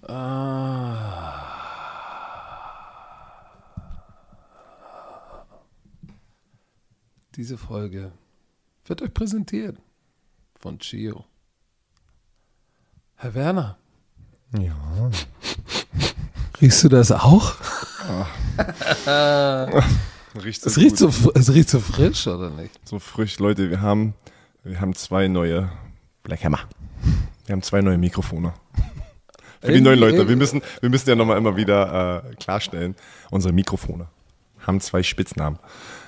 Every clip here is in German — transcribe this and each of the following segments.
Diese Folge wird euch präsentiert von Chio. Herr Werner. Ja. Riechst du das auch? Riecht Es riecht so frisch, oder nicht? So frisch. Leute, wir haben 2 neue Black Hammer. Wir haben 2 neue Mikrofone. Für die neuen Leute. Wir müssen ja nochmal immer wieder klarstellen, unsere Mikrofone haben 2 Spitznamen.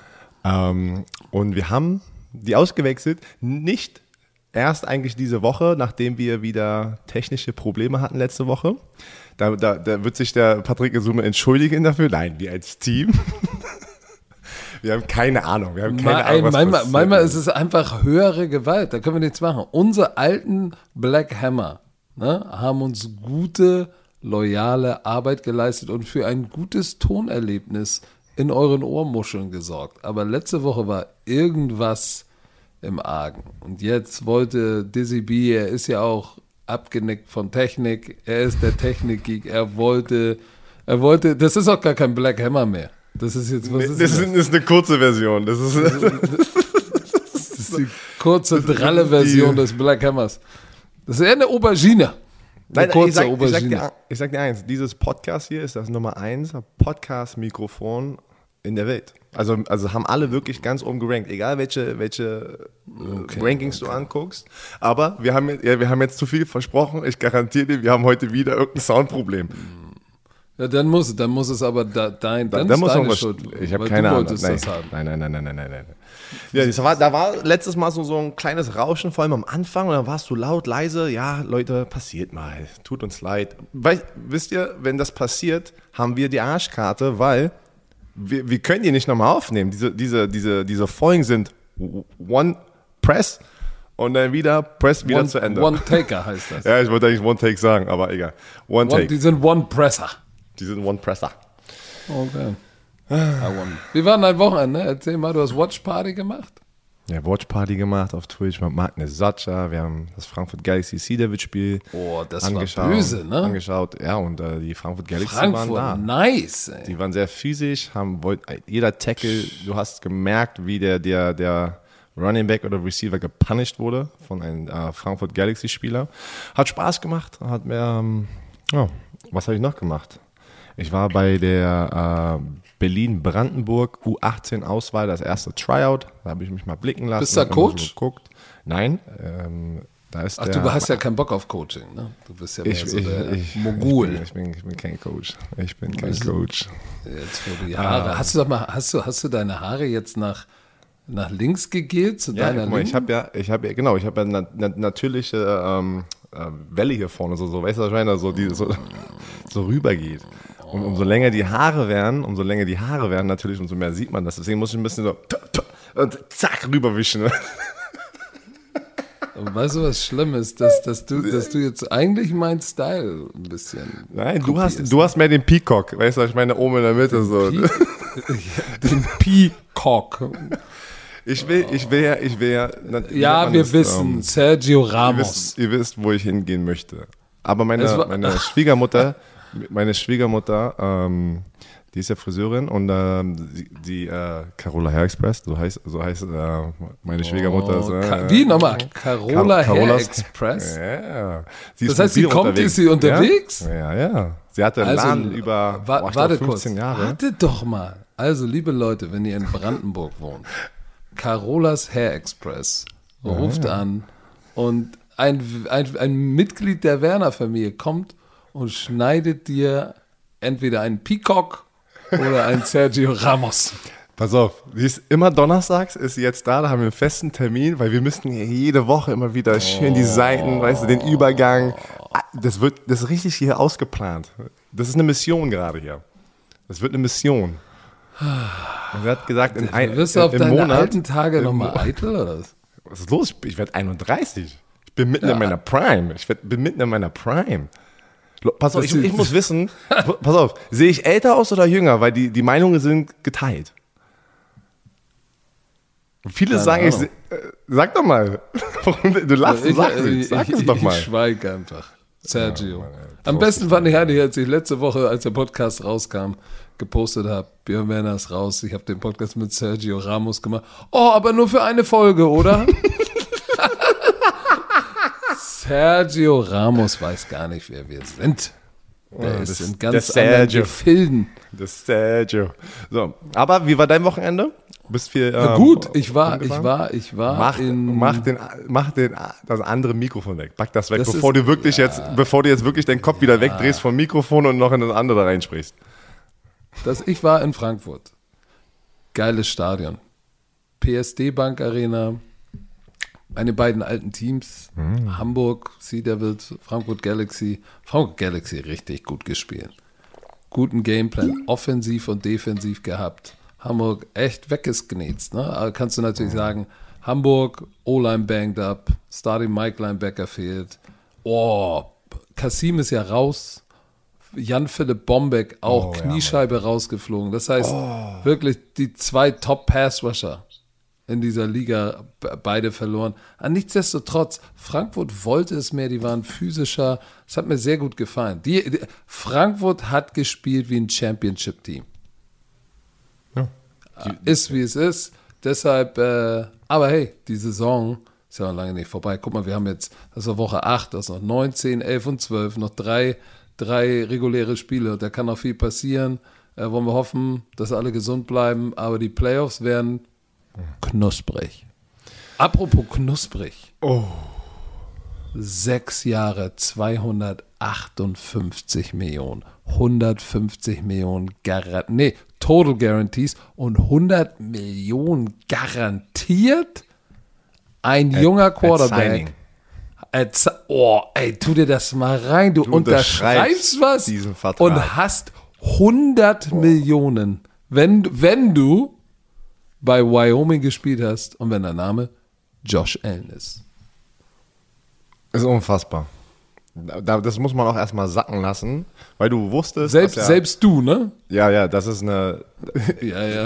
Und wir haben die ausgewechselt, nicht erst eigentlich diese Woche, nachdem wir wieder technische Probleme hatten letzte Woche. Da wird sich der Patrick Isume entschuldigen dafür. Nein, wir als Team. Wir haben keine Ahnung. Manchmal ist es einfach höhere Gewalt. Da können wir nichts machen. Unsere alten Black Hammer haben uns gute, loyale Arbeit geleistet und für ein gutes Tonerlebnis in euren Ohrmuscheln gesorgt. Aber letzte Woche war irgendwas im Argen. Und jetzt wollte Dizzy B, er ist ja auch abgenickt von Technik, er ist der Technik-Geek, er wollte, das ist auch gar kein Black Hammer mehr. Das ist jetzt, was ist das? Das ist eine kurze Version. Das ist die kurze, dralle Version des Black Hammers. Das ist eher eine Aubergine. Ich sag dir eins, dieses Podcast hier ist das Nummer 1 Podcast-Mikrofon in der Welt. Also haben alle wirklich ganz oben gerankt, egal welche Rankings du anguckst. Aber wir haben jetzt zu viel versprochen. Ich garantiere dir, wir haben heute wieder irgendein Soundproblem. Ja, dann muss es aber deine Schuld. Ich habe keine Ahnung. Nein. Ja, da war letztes Mal so ein kleines Rauschen, vor allem am Anfang, und dann warst du laut, leise. Ja, Leute, passiert mal. Tut uns leid. Wisst ihr, wenn das passiert, haben wir die Arschkarte, weil wir können die nicht nochmal aufnehmen. Diese Folgen sind One Press und dann wieder Press wieder zu Ende. One Taker heißt das. Ja, ich wollte eigentlich One Take sagen, aber egal. One Take. Die sind One Presser. Die sind One Presser. Okay. Wie war dein Wochenende? Erzähl mal, du hast Watch Party gemacht? Ja, Watch Party gemacht auf Twitch mit Magnus Sacha. Wir haben das Frankfurt Galaxy Sea-David-Spiel angeschaut. War böse, ne? Angeschaut, ja, und die Frankfurt Galaxy waren da. Nice, ey. Die waren sehr physisch, jeder Tackle, du hast gemerkt, wie der Running Back oder Receiver gepunished wurde von einem Frankfurt Galaxy-Spieler. Hat Spaß gemacht, was habe ich noch gemacht? Ich war bei der Berlin-Brandenburg U18-Auswahl, das erste Tryout. Da habe ich mich mal blicken lassen. Bist du da Coach? So geguckt. Nein, da ist du hast ja keinen Bock auf Coaching, ne? Du bist ja mehr der Mogul. Ich bin kein Coach. Ich bin kein Coach. Jetzt wo die Haare. Hast du deine Haare jetzt nach links gegelt zu deiner Linken? Ich habe ja natürliche Welle hier vorne, so weißt du, wahrscheinlich die so rübergeht. Und umso länger die Haare werden, natürlich, umso mehr sieht man das. Deswegen muss ich ein bisschen so und zack rüberwischen. Weißt du, was schlimm ist? Dass du jetzt eigentlich mein Style ein bisschen. Nein, du hast mehr den Peacock, weißt du, ich meine oben in der Mitte so. Den Peacock. Ich will ja. Ja, wir wissen, Sergio Ramos. Ihr wisst, wo ich hingehen möchte. Aber meine Schwiegermutter, die ist ja Friseurin und die Carola Hair Express, so heißt meine Schwiegermutter. Wie nochmal? Carola Hair Express? Ja. Das heißt, ist sie unterwegs? Ja. Sie hatte einen Laden über 15 Jahre. Warte doch mal. Also, liebe Leute, wenn ihr in Brandenburg wohnt, Carolas Hair Express ruft an und ein Mitglied der Werner-Familie kommt und schneidet dir entweder einen Peacock oder einen Sergio Ramos. Pass auf, sie ist immer donnerstags, ist sie jetzt da haben wir einen festen Termin, weil wir müssten jede Woche immer wieder schön die Seiten, weißt du, den Übergang. Das ist richtig hier ausgeplant. Das ist eine Mission gerade hier. Das wird eine Mission. Und sie hat gesagt, wirst du auf deine alten Tage nochmal eitel, oder was? Was ist los? Ich werde 31. Ich bin mitten in meiner Prime. Pass auf, ich muss wissen, pass auf, sehe ich älter aus oder jünger? Weil die Meinungen sind geteilt. Viele sagen, sag doch mal. Du lachst, sag es doch mal. Ich schweige einfach. Sergio. Mann, Am besten fand ich eigentlich, als ich letzte Woche, als der Podcast rauskam, gepostet habe, Björn Werner ist raus, ich habe den Podcast mit Sergio Ramos gemacht. Oh, aber nur für eine Folge, oder? Sergio Ramos weiß gar nicht, wer wir sind. Der ist in ganz anderen Gefilden. Das Sergio. So, aber wie war dein Wochenende? Bist viel, gut, ich war mach das andere Mikrofon weg. Pack das weg, bevor du jetzt wirklich deinen Kopf wieder wegdrehst vom Mikrofon und noch in das andere reinsprichst. Ich war in Frankfurt. Geiles Stadion. PSD Bank Arena. Meine beiden alten Teams. Hamburg, Sea Devils, Frankfurt Galaxy. Frankfurt Galaxy richtig gut gespielt. Guten Gameplan. Offensiv und defensiv gehabt. Hamburg echt weggesgnetzt. Ne? Aber kannst du natürlich sagen, Hamburg, O-Line banged up, Starting Mike Linebacker fehlt. Oh, Kasim ist ja raus. Jan-Philipp Bombeck auch, Kniescheibe rausgeflogen. Das heißt, wirklich die 2 Top-Pass-Rusher in dieser Liga, beide verloren. Nichtsdestotrotz, Frankfurt wollte es mehr, die waren physischer. Das hat mir sehr gut gefallen. Frankfurt hat gespielt wie ein Championship-Team. Ist wie es ist. Deshalb, aber hey, die Saison ist ja noch lange nicht vorbei. Guck mal, wir haben jetzt, das war Woche 8, das ist noch 9, 10, 11 und 12, noch drei reguläre Spiele. Da kann noch viel passieren. Wollen wir hoffen, dass alle gesund bleiben. Aber die Playoffs werden knusprig. Apropos knusprig. 6 Jahre, 258 Millionen. 150 Millionen Total Guarantees und 100 Millionen garantiert. Ein junger Quarterback. Tu dir das mal rein. Du unterschreibst was diesen Vertrag und hast 100 Millionen, wenn du bei Wyoming gespielt hast und wenn der Name Josh Allen ist. Ist unfassbar. Das muss man auch erstmal sacken lassen, weil du wusstest. Selbst du, ne? Ja, das ist eine. Ja.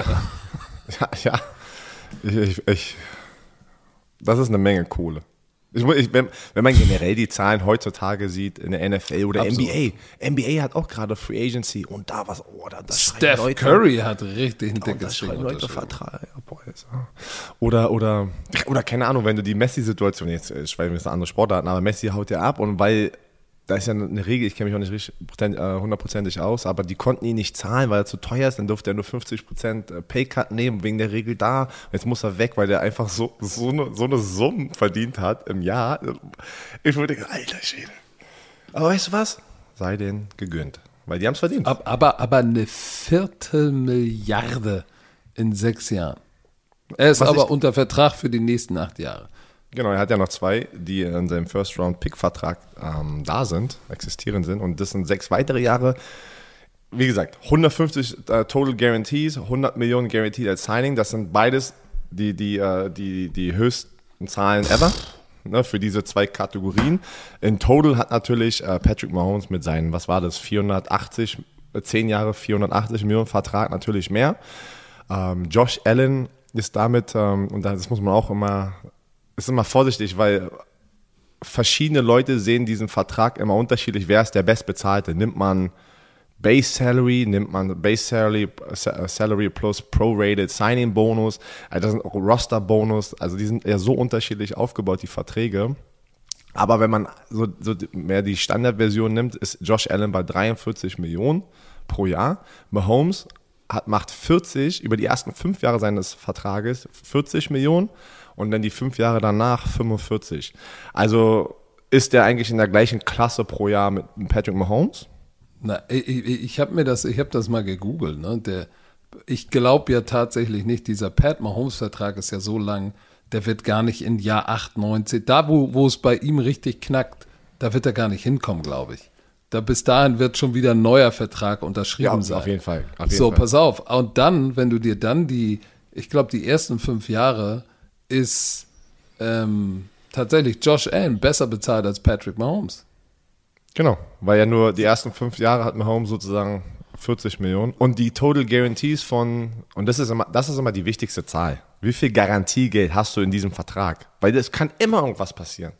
Das ist eine Menge Kohle. Wenn man generell die Zahlen heutzutage sieht in der NFL oder Absolut. NBA hat auch gerade Free Agency und da was, Steph Curry hat richtig ein dickes Ding Vertrag. Oder keine Ahnung, wenn du die Messi-Situation, jetzt schweifen wir eine andere Sportarten, aber Messi haut ja ab und weil, da ist ja eine Regel, ich kenne mich auch nicht hundertprozentig aus, aber die konnten ihn nicht zahlen, weil er zu teuer ist, dann durfte er nur 50% Paycut nehmen, wegen der Regel da. Jetzt muss er weg, weil der einfach so eine Summe verdient hat im Jahr. Ich würde denken, alter Schädel. Aber weißt du was? Sei denen gegönnt, weil die haben es verdient. Aber eine Viertelmilliarde in 6 Jahren. Er ist aber unter Vertrag für die nächsten 8 Jahre. Genau, er hat ja noch 2, die in seinem First-Round-Pick-Vertrag existieren sind. Und das sind 6 weitere Jahre. Wie gesagt, 150 Total Guarantees, 100 Millionen Guaranteed als Signing. Das sind beides die höchsten Zahlen ever, ne, für diese 2 Kategorien. In Total hat natürlich Patrick Mahomes mit seinen, 10 Jahre, 480 Millionen Vertrag natürlich mehr. Josh Allen ist damit, und das muss man auch ist immer vorsichtig, weil verschiedene Leute sehen diesen Vertrag immer unterschiedlich. Wer ist der Bestbezahlte? Nimmt man Base Salary, Salary plus Prorated Signing Bonus, das ist auch Roster Bonus, also die sind ja so unterschiedlich aufgebaut, die Verträge. Aber wenn man so mehr die Standardversion nimmt, ist Josh Allen bei 43 Millionen pro Jahr. Mahomes macht 40 über die ersten 5 Jahre seines Vertrages 40 Millionen und dann die 5 Jahre danach 45. Also ist der eigentlich in der gleichen Klasse pro Jahr mit Patrick Mahomes? Na, ich habe das mal gegoogelt. Ne? Ich glaube ja tatsächlich nicht, dieser Pat Mahomes-Vertrag ist ja so lang, der wird gar nicht in Jahr 8, 9, 10, da wo es bei ihm richtig knackt, da wird er gar nicht hinkommen, glaube ich. Bis dahin wird schon wieder ein neuer Vertrag unterschrieben sein. Auf jeden Fall. Pass auf. Und dann, wenn du dir dann ich glaube, die ersten 5 Jahre ist tatsächlich Josh Allen besser bezahlt als Patrick Mahomes. Genau, weil ja nur die ersten 5 Jahre hat Mahomes sozusagen 40 Millionen. Und die Total Guarantees und das ist immer die wichtigste Zahl. Wie viel Garantiegeld hast du in diesem Vertrag? Weil es kann immer irgendwas passieren.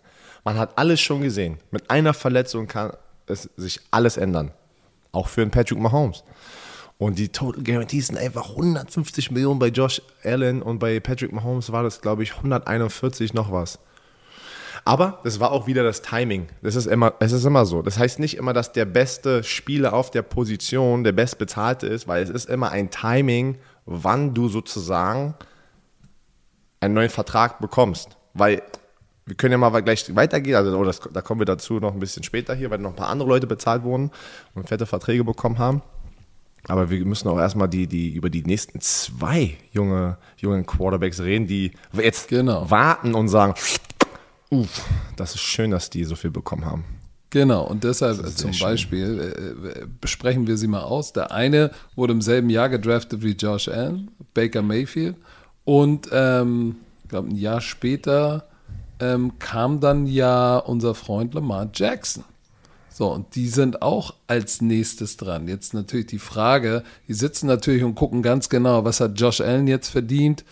Man hat alles schon gesehen. Mit einer Verletzung kann es sich alles ändern. Auch für einen Patrick Mahomes. Und die Total Guarantees sind einfach 150 Millionen bei Josh Allen und bei Patrick Mahomes war das, glaube ich, 141 noch was. Aber das war auch wieder das Timing. Es ist immer so. Das heißt nicht immer, dass der beste Spieler auf der Position der bestbezahlte ist, weil es ist immer ein Timing, wann du sozusagen einen neuen Vertrag bekommst. Weil wir können ja mal gleich weitergehen, also da kommen wir dazu noch ein bisschen später hier, weil noch ein paar andere Leute bezahlt wurden und fette Verträge bekommen haben. Aber wir müssen auch erstmal über die nächsten 2 jungen Quarterbacks reden, die jetzt warten und sagen, das ist schön, dass die so viel bekommen haben. Genau, und deshalb zum Beispiel besprechen wir sie mal aus. Der eine wurde im selben Jahr gedraftet wie Josh Allen, Baker Mayfield. Und ich glaube, ein Jahr später kam dann ja unser Freund Lamar Jackson. So, und die sind auch als nächstes dran. Jetzt natürlich die Frage, die sitzen natürlich und gucken ganz genau, was hat Josh Allen jetzt verdient?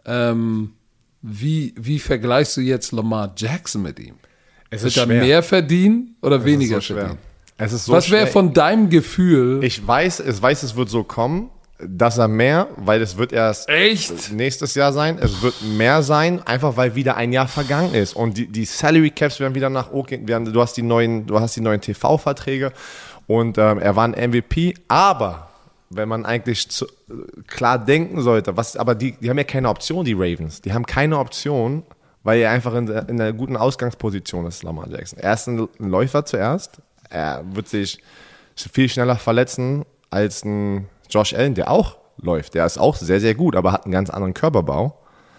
Wie vergleichst du jetzt Lamar Jackson mit ihm? Wird er mehr verdienen oder weniger verdienen? Es ist so was wäre von deinem Gefühl? Ich weiß, es wird so kommen, dass er mehr, weil es wird erst nächstes Jahr sein, es wird mehr sein, einfach weil wieder ein Jahr vergangen ist und die Salary Caps werden wieder nach oben gehen, du hast die neuen TV-Verträge und er war ein MVP, aber wenn man eigentlich klar denken sollte, aber die haben ja keine Option, die Ravens, die haben keine Option, weil er einfach in einer guten Ausgangsposition ist, Lamar Jackson. Er ist ein Läufer zuerst, er wird sich viel schneller verletzen als ein Josh Allen, der auch läuft, der ist auch sehr, sehr gut, aber hat einen ganz anderen Körperbau.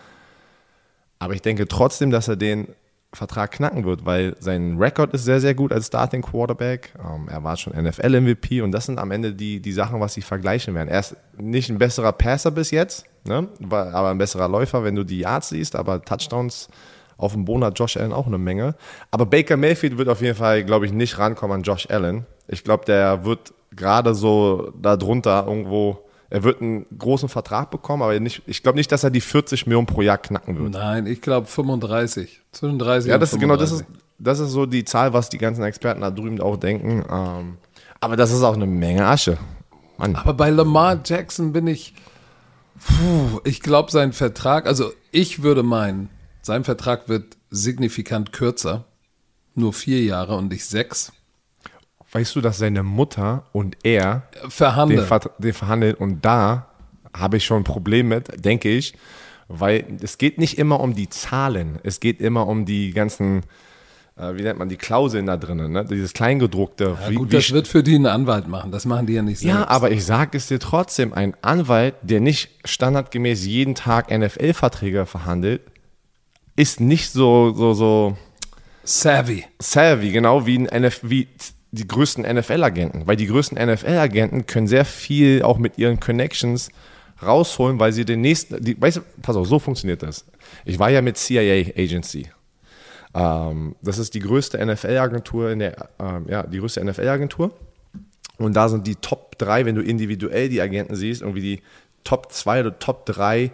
Aber ich denke trotzdem, dass er den Vertrag knacken wird, weil sein Rekord ist sehr, sehr gut als Starting Quarterback. Er war schon NFL-MVP und das sind am Ende die Sachen, was sie vergleichen werden. Er ist nicht ein besserer Passer bis jetzt, ne? Aber ein besserer Läufer, wenn du die Yards siehst, aber Touchdowns auf dem Boden hat Josh Allen auch eine Menge. Aber Baker Mayfield wird auf jeden Fall, glaube ich, nicht rankommen an Josh Allen. Ich glaube, der wird gerade so darunter irgendwo, er wird einen großen Vertrag bekommen, aber ich glaube nicht, dass er die 40 Millionen pro Jahr knacken wird. Nein, ich glaube 35, zwischen 30 ja, und 35. Das ist so die Zahl, was die ganzen Experten da drüben auch denken. Aber das ist auch eine Menge Asche. Mann. Aber bei Lamar Jackson bin ich glaube sein Vertrag, also ich würde meinen, sein Vertrag wird signifikant kürzer, nur 4 Jahre und nicht 6. Weißt du, dass seine Mutter und er den verhandeln und da habe ich schon ein Problem mit, denke ich, weil es geht nicht immer um die Zahlen, es geht immer um die ganzen, wie nennt man, die Klauseln da drinnen, ne? Dieses Kleingedruckte. Ja, das wird für die ein Anwalt machen, das machen die ja nicht selbst. Ja, aber ich sage es dir trotzdem, ein Anwalt, der nicht standardgemäß jeden Tag NFL-Verträge verhandelt, ist nicht so savvy, genau wie die größten NFL-Agenten, weil die größten NFL-Agenten können sehr viel auch mit ihren Connections rausholen, weil sie den nächsten, weißt du, pass auf, so funktioniert das. Ich war ja mit CIA Agency. Das ist die größte NFL-Agentur die größte NFL-Agentur. Und da sind die Top 3, wenn du individuell die Agenten siehst, irgendwie die Top 2 oder Top 3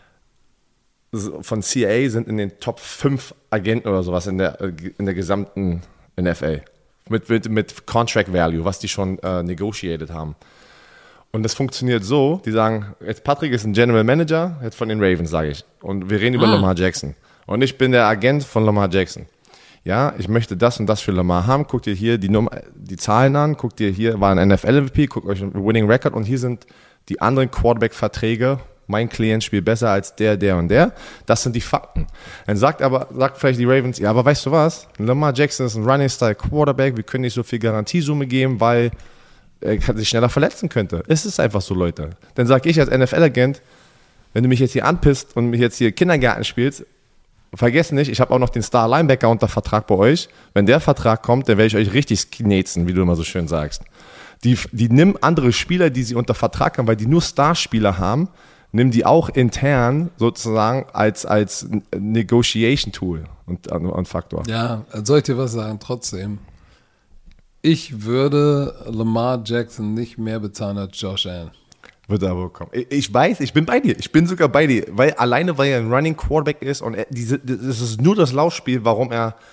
von CIA sind in den Top 5 Agenten oder sowas in der gesamten NFL. Mit Contract Value, was die schon negotiated haben. Und das funktioniert so, die sagen, jetzt Patrick ist ein General Manager, jetzt von den Ravens, sage ich. Und wir reden über Lamar Jackson. Und ich bin der Agent von Lamar Jackson. Ja, ich möchte das und das für Lamar haben. Guckt ihr hier die Zahlen an, guckt ihr hier, war ein NFL-MVP, guckt euch ein Winning Record und hier sind die anderen Quarterback-Verträge. Mein Klient spielt besser als der und der. Das sind die Fakten. Dann sagt vielleicht die Ravens, ja, aber weißt du was? Lamar Jackson ist ein Running-Style-Quarterback. Wir können nicht so viel Garantiesumme geben, weil er sich schneller verletzen könnte. Es ist einfach so, Leute. Dann sage ich als NFL-Agent, wenn du mich jetzt hier anpisst und mich jetzt hier Kindergarten spielst, vergesst nicht, ich habe auch noch den Star-Linebacker unter Vertrag bei euch. Wenn der Vertrag kommt, dann werde ich euch richtig knetzen, wie du immer so schön sagst. Die nehmen andere Spieler, die sie unter Vertrag haben, weil die nur Starspieler haben, nimm die auch intern sozusagen als Negotiation Tool und Faktor. Ja, soll ich dir was sagen? Trotzdem. Ich würde Lamar Jackson nicht mehr bezahlen als Josh Allen. Wird aber kommen. Ich weiß, ich bin bei dir. Ich bin sogar bei dir. Weil er ein Running Quarterback ist und das ist nur das Laufspiel, warum er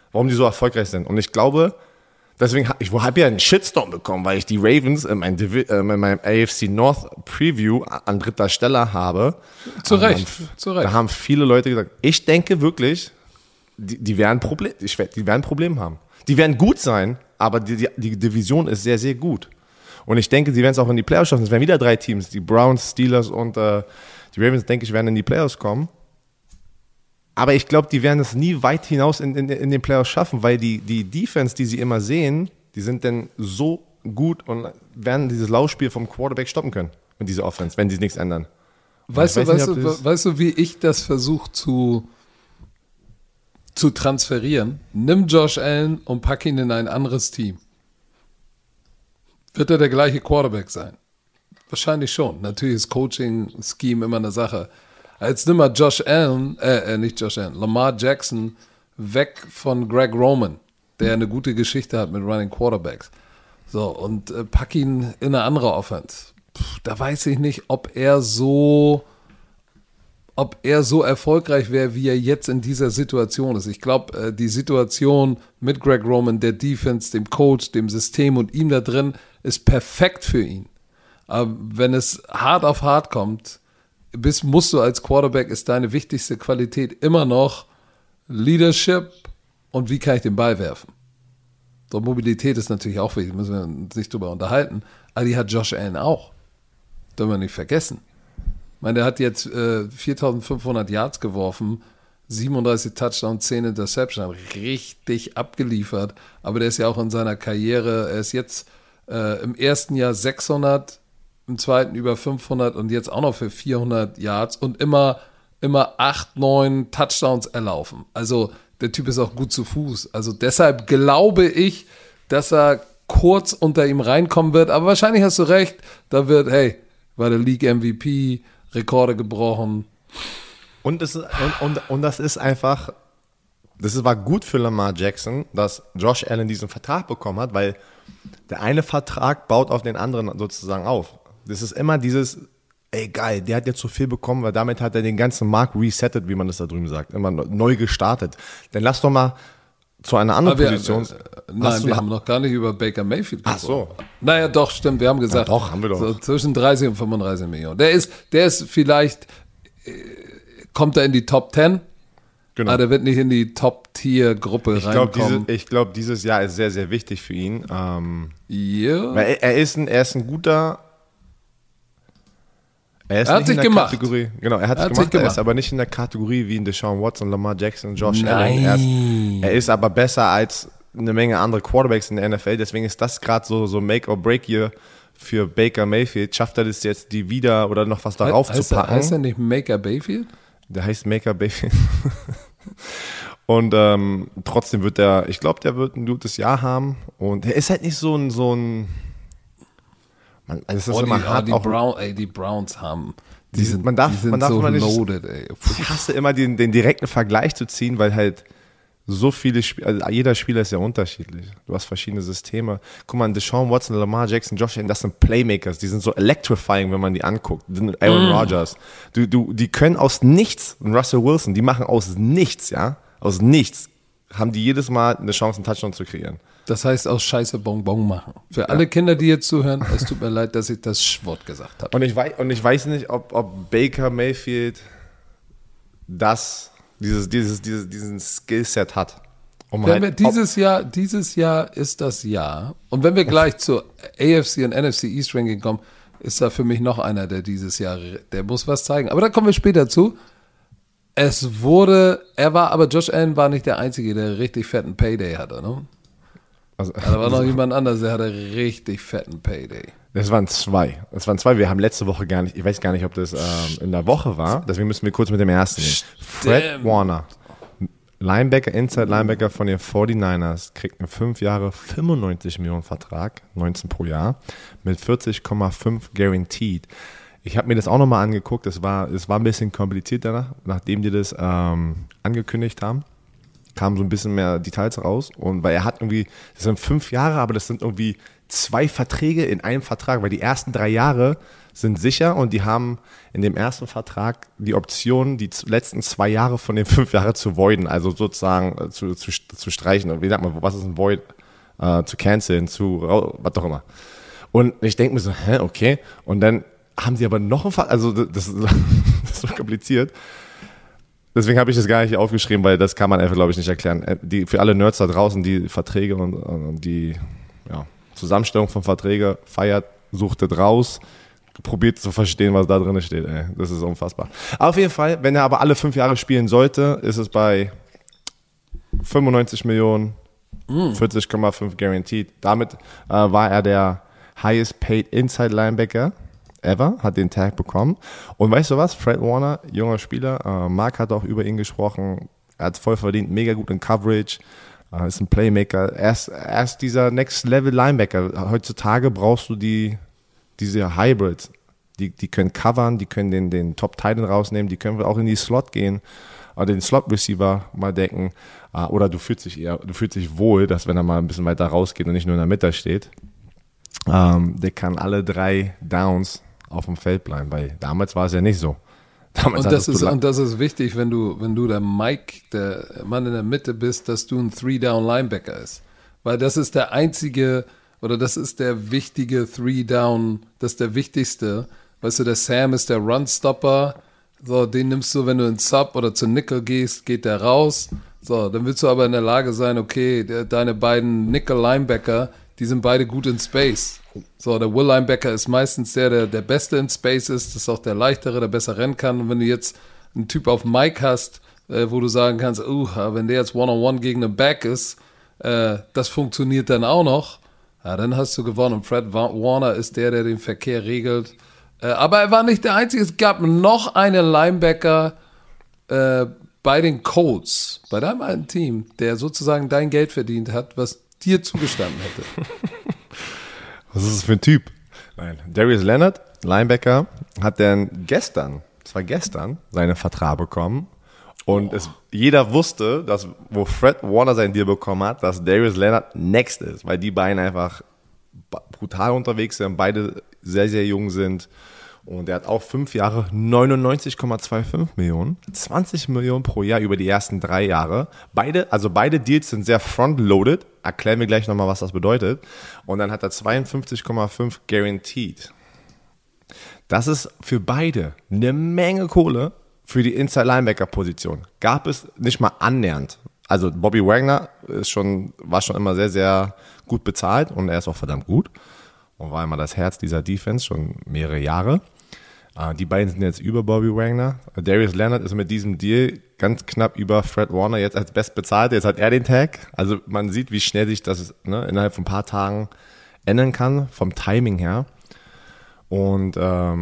warum die so erfolgreich sind. Und ich glaube, deswegen habe ja einen Shitstorm bekommen, weil ich die Ravens in meinem AFC North Preview an 3. Stelle habe. Zu Recht. Da haben viele Leute gesagt, ich denke wirklich, die werden ein Problem haben. Die werden gut sein, aber die Division ist sehr, sehr gut. Und ich denke, sie werden es auch in die Playoffs schaffen. Es werden wieder 3 Teams, die Browns, Steelers und die Ravens, denke ich, werden in die Playoffs kommen. Aber ich glaube, die werden es nie weit hinaus in den Playoffs schaffen, weil die Defense, die sie immer sehen, die sind dann so gut und werden dieses Laufspiel vom Quarterback stoppen können mit dieser Offense, wenn sie nichts ändern. Weißt du, wie ich das versuche zu transferieren? Nimm Josh Allen und pack ihn in ein anderes Team. Wird er der gleiche Quarterback sein? Wahrscheinlich schon. Natürlich ist Coaching-Scheme immer eine Sache. Jetzt nimm mal Lamar Jackson weg von Greg Roman, der eine gute Geschichte hat mit Running Quarterbacks. So, und pack ihn in eine andere Offense. Da weiß ich nicht, ob er so erfolgreich wäre, wie er jetzt in dieser Situation ist. Ich glaube, die Situation mit Greg Roman, der Defense, dem Coach, dem System und ihm da drin ist perfekt für ihn. Aber wenn es hart auf hart kommt, musst du als Quarterback, ist deine wichtigste Qualität immer noch Leadership und wie kann ich den Ball werfen. So, Mobilität ist natürlich auch wichtig, müssen wir uns nicht drüber unterhalten, aber die hat Josh Allen auch. Dürfen wir nicht vergessen. Ich meine, der hat jetzt 4.500 Yards geworfen, 37 Touchdowns, 10 Interceptions, richtig abgeliefert, aber der ist ja auch in seiner Karriere, er ist jetzt im ersten Jahr 600, im zweiten über 500 und jetzt auch noch für 400 Yards und immer 8, 9 Touchdowns erlaufen. Also der Typ ist auch gut zu Fuß. Also deshalb glaube ich, dass er kurz unter ihm reinkommen wird. Aber wahrscheinlich hast du recht, da wird, war der League MVP, Rekorde gebrochen. Und das ist einfach, war gut für Lamar Jackson, dass Josh Allen diesen Vertrag bekommen hat, weil der eine Vertrag baut auf den anderen sozusagen auf. Das ist immer dieses, geil, der hat jetzt so viel bekommen, weil damit hat er den ganzen Markt resettet, wie man das da drüben sagt, immer neu gestartet. Dann lass doch mal zu einer anderen Position. Wir haben noch gar nicht über Baker Mayfield gesprochen. Ach so. Naja, doch, stimmt, wir haben gesagt, ja, doch, haben wir doch. So zwischen 30 und 35 Millionen. Der ist vielleicht, kommt er in die Top 10, genau. Aber der wird nicht in die Top-Tier-Gruppe reinkommen. Ich glaube, dieses Jahr ist sehr, sehr wichtig für ihn. Yeah. Weil er ist ein guter. Er hat sich gemacht. Kategorie, genau, er hat sich gemacht. Er ist aber nicht in der Kategorie wie in Deshaun Watson, Lamar Jackson, Josh Allen. Er ist aber besser als eine Menge andere Quarterbacks in der NFL. Deswegen ist das gerade so Make or Break hier für Baker Mayfield. Schafft er das jetzt, die wieder oder noch was darauf zu packen? Heißt er nicht Baker Mayfield? Der heißt Baker Mayfield. Und trotzdem wird ich glaube, der wird ein gutes Jahr haben. Und er ist halt nicht so ein die Browns haben. Man darf so immer nicht. Loaded, ey. Ich hasse immer den direkten Vergleich zu ziehen, weil halt so viele jeder Spieler ist ja unterschiedlich. Du hast verschiedene Systeme. Guck mal, Deshaun Watson, Lamar Jackson, Josh Allen, das sind Playmakers. Die sind so electrifying, wenn man die anguckt. Aaron Rodgers. Die können aus nichts, und Russell Wilson, die machen aus nichts, ja? Aus nichts haben die jedes Mal eine Chance, einen Touchdown zu kreieren. Das heißt, aus Scheiße Bonbon machen. Für alle Kinder, die jetzt zuhören, es tut mir leid, dass ich das Schwort gesagt habe. Und ich weiß nicht, ob Baker Mayfield diesen Skillset hat. Dieses Jahr ist das Jahr. Und wenn wir gleich zur AFC und NFC East Ranking kommen, ist da für mich noch einer, der dieses Jahr, der muss was zeigen. Aber da kommen wir später zu. Aber Josh Allen war nicht der Einzige, der richtig fetten Payday hatte, ne? Also, da war noch jemand anders, der hatte richtig fetten Payday. Das waren zwei. Wir haben letzte Woche gar nicht, ich weiß gar nicht, ob das in der Woche war, deswegen müssen wir kurz mit dem ersten gehen. Fred Warner, Inside Linebacker von den 49ers, kriegt einen 5 Jahre 95 Millionen Vertrag, 19 pro Jahr, mit 40,5 guaranteed. Ich habe mir das auch nochmal angeguckt, es war ein bisschen kompliziert danach, nachdem die das angekündigt haben. kamen so ein bisschen mehr Details raus. Und weil er hat irgendwie, das sind 5 Jahre, aber das sind irgendwie 2 Verträge in einem Vertrag, weil die ersten 3 Jahre sind sicher und die haben in dem ersten Vertrag die Option, die letzten 2 Jahre von den 5 Jahren zu voiden, also sozusagen zu streichen. Und wie sagt man, was ist ein Void? Zu canceln, was auch immer. Und ich denke mir so, okay. Und dann haben sie aber noch also das ist so kompliziert. Deswegen habe ich das gar nicht aufgeschrieben, weil das kann man einfach, glaube ich, nicht erklären. Für alle Nerds da draußen, die Verträge und die Zusammenstellung von Verträgen feiert, sucht das raus, probiert zu verstehen, was da drin steht. Ey. Das ist unfassbar. Auf jeden Fall, wenn er aber alle 5 Jahre spielen sollte, ist es bei 95 Millionen, 40,5 guaranteed. Damit war er der highest paid Inside Linebacker ever, hat den Tag bekommen. Und weißt du was? Fred Warner, junger Spieler, Mark hat auch über ihn gesprochen, er hat voll verdient, mega gut in Coverage, ist ein Playmaker, er ist dieser Next Level Linebacker. Heutzutage brauchst du diese Hybrids, die können covern, die können den Top Titan rausnehmen, die können auch in die Slot gehen, den Slot Receiver mal decken, oder du fühlst dich wohl, dass wenn er mal ein bisschen weiter rausgeht und nicht nur in der Mitte steht, der kann alle 3 Downs auf dem Feld bleiben, weil damals war es ja nicht so. Und das ist wichtig, wenn du der Mike, der Mann in der Mitte bist, dass du ein 3-Down-Linebacker ist. Weil das ist der einzige, oder das ist der wichtige 3-Down, das ist der wichtigste. Weißt du, der Sam ist der Run-Stopper, so, den nimmst du, wenn du in Sub oder zu Nickel gehst, geht der raus. So, dann willst du aber in der Lage sein, okay, deine beiden Nickel-Linebacker, die sind beide gut in Space. So, der Will-Linebacker ist meistens der Beste in Space ist, das ist auch der Leichtere, der besser rennen kann. Und wenn du jetzt einen Typ auf Mike hast, wo du sagen kannst, wenn der jetzt One-on-One gegen einen Back ist, das funktioniert dann auch noch, ja, dann hast du gewonnen. Und Fred Warner ist der den Verkehr regelt. Aber er war nicht der Einzige. Es gab noch einen Linebacker bei den Colts, bei deinem alten Team, der sozusagen dein Geld verdient hat, was dir zugestanden hätte. Was ist das für ein Typ? Nein. Darius Leonard, Linebacker, hat dann gestern seinen Vertrag bekommen. Und jeder wusste, dass wo Fred Warner sein Deal bekommen hat, dass Darius Leonard next ist, weil die beiden einfach brutal unterwegs sind, beide sehr, sehr jung sind. Und er hat auch 5 Jahre 99,25 Millionen, 20 Millionen pro Jahr über die ersten 3 Jahre. Beide Deals sind sehr front-loaded. Erklären wir gleich nochmal, was das bedeutet. Und dann hat er 52,5 guaranteed. Das ist für beide eine Menge Kohle für die Inside-Linebacker-Position. Gab es nicht mal annähernd. Also Bobby Wagner war schon immer sehr, sehr gut bezahlt und er ist auch verdammt gut. Und war immer das Herz dieser Defense schon mehrere Jahre. Die beiden sind jetzt über Bobby Wagner. Darius Leonard ist mit diesem Deal ganz knapp über Fred Warner jetzt als bestbezahlt. Jetzt hat er den Tag. Also man sieht, wie schnell sich das innerhalb von ein paar Tagen ändern kann, vom Timing her. Und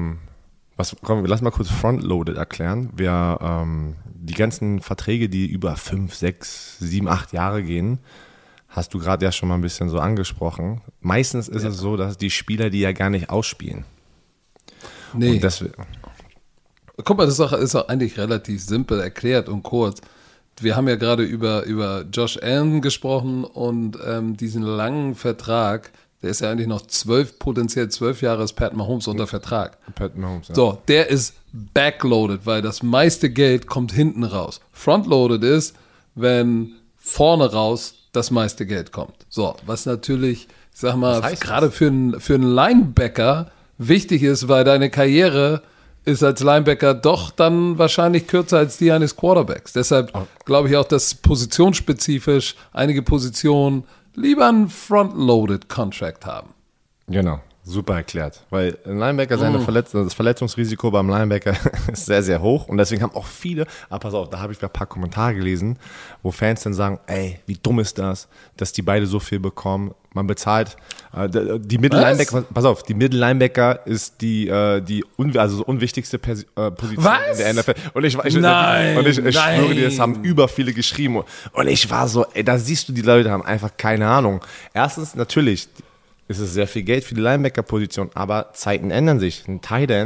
lass mal kurz Frontloaded erklären. Die ganzen Verträge, die über 5, 6, 7, 8 Jahre gehen, hast du gerade ja schon mal ein bisschen so angesprochen. Meistens ist es so, dass die Spieler die ja gar nicht ausspielen. Nee. Guck mal, das ist auch eigentlich relativ simpel erklärt und kurz. Wir haben ja gerade über Josh Allen gesprochen und diesen langen Vertrag, der ist ja eigentlich noch potenziell 12 Jahre ist Pat Mahomes unter Vertrag. Pat Mahomes, ja. So, der ist backloaded, weil das meiste Geld kommt hinten raus. Frontloaded ist, wenn vorne raus das meiste Geld kommt. So, was natürlich, ich sag mal, gerade für einen Linebacker wichtig ist, weil deine Karriere ist als Linebacker doch dann wahrscheinlich kürzer als die eines Quarterbacks. Deshalb glaube ich auch, dass positionsspezifisch einige Positionen lieber einen Front-Loaded Contract haben. Genau, super erklärt. Weil ein Linebacker, das Verletzungsrisiko beim Linebacker ist sehr, sehr hoch. Und deswegen haben auch viele, pass auf, da habe ich ein paar Kommentare gelesen, wo Fans dann sagen, ey, wie dumm ist das, dass die beide so viel bekommen. Man bezahlt die Mittellinebacker, pass auf, die Mittellinebacker ist die unwichtigste Position in der NFL. Und ich schwöre dir, das haben über viele geschrieben. Und ich war so, ey, da siehst du, die Leute haben einfach keine Ahnung. Erstens, natürlich ist es sehr viel Geld für die Linebacker-Position, aber Zeiten ändern sich. Ein Tight End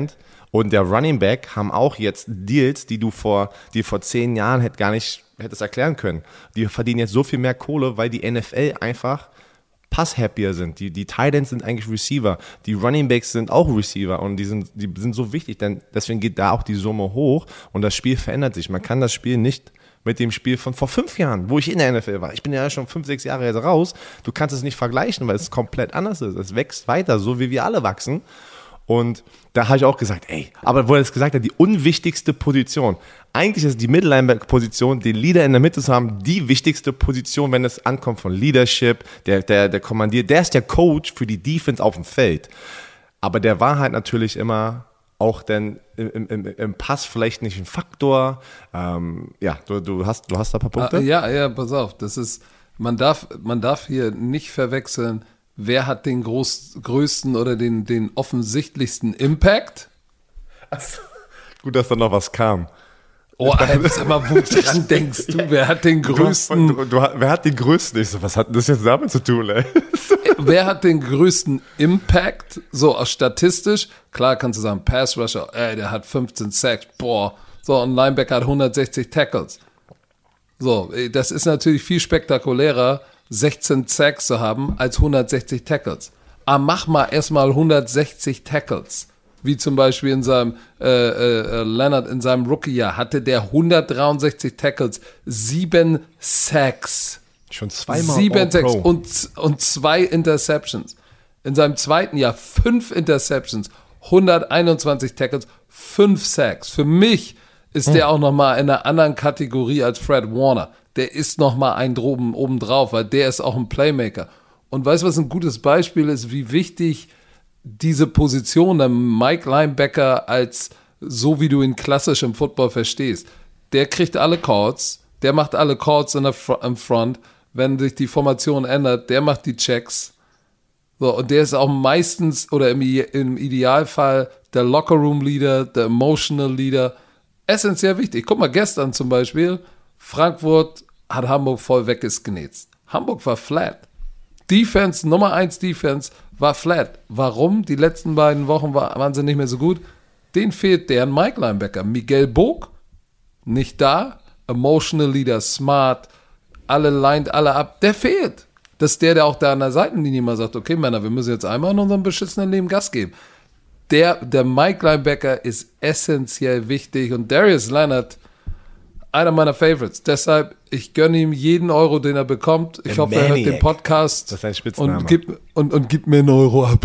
Und der Running Back haben auch jetzt Deals, die vor 10 Jahren hättest erklären können. Die verdienen jetzt so viel mehr Kohle, weil die NFL einfach pass-happier sind. Die Tight Ends sind eigentlich Receiver. Die Running Backs sind auch Receiver und die sind so wichtig, denn deswegen geht da auch die Summe hoch und das Spiel verändert sich. Man kann das Spiel nicht mit dem Spiel von vor 5 Jahren, wo ich in der NFL war. Ich bin ja schon 5, 6 Jahre jetzt raus. Du kannst es nicht vergleichen, weil es komplett anders ist. Es wächst weiter, so wie wir alle wachsen. Und da habe ich auch gesagt, aber wo er es gesagt hat, die unwichtigste Position. Eigentlich ist die Middle-Linebacker-Position, den Leader in der Mitte zu haben, die wichtigste Position, wenn es ankommt von Leadership, der Kommandier, der ist der Coach für die Defense auf dem Feld. Aber der war halt natürlich immer auch dann im Pass vielleicht nicht ein Faktor. Du hast da ein paar Punkte? Ja, pass auf. Das ist, man darf hier nicht verwechseln, wer hat den größten oder den offensichtlichsten Impact? Also, gut, dass da noch was kam. Oh, sag mal, woran denkst du? Wer hat den größten? Wer hat den größten? Ich so, was hat das jetzt damit zu tun, ey? Wer hat den größten Impact? So, statistisch, klar kannst du sagen, Pass Rusher, der hat 15 Sacks, boah. So, ein Linebacker hat 160 Tackles. So, das ist natürlich viel spektakulärer, 16 Sacks zu haben, als 160 Tackles. Aber mach mal erstmal 160 Tackles. Wie zum Beispiel in seinem Leonard in seinem Rookie-Jahr hatte der 163 Tackles, 7 Sacks. Schon zweimal 7 Sacks und 2 Interceptions. In seinem zweiten Jahr 5 Interceptions, 121 Tackles, 5 Sacks. Für mich ist der auch nochmal in einer anderen Kategorie als Fred Warner. Der ist nochmal ein droben obendrauf, weil der ist auch ein Playmaker. Und weißt du, was ein gutes Beispiel ist, wie wichtig diese Position, der Mike Linebacker, als so wie du ihn klassisch im Football verstehst. Der kriegt alle Calls, der macht alle Calls im Front, wenn sich die Formation ändert, der macht die Checks. So, und der ist auch meistens oder im Idealfall der Locker-Room-Leader, der Emotional-Leader. Essentiell wichtig. Guck mal, gestern zum Beispiel, Frankfurt hat Hamburg voll weggenetzt. Hamburg war flat. Defense, Nummer 1 Defense war flat. Warum? Die letzten beiden Wochen waren sie nicht mehr so gut. Denen fehlt deren Mike Linebacker. Miguel Bog, nicht da. Emotional Leader, smart, lined alle ab. Der fehlt. Das ist der auch da an der Seitenlinie mal sagt, okay Männer, wir müssen jetzt einmal in unserem beschissenen Leben Gas geben. Der Mike Linebacker ist essentiell wichtig und Darius Leonard, einer meiner Favorites. Deshalb, ich gönne ihm jeden Euro, den er bekommt. Ich hoffe, er hört den Podcast das ist ein Spitzname. Und gibt mir einen Euro ab.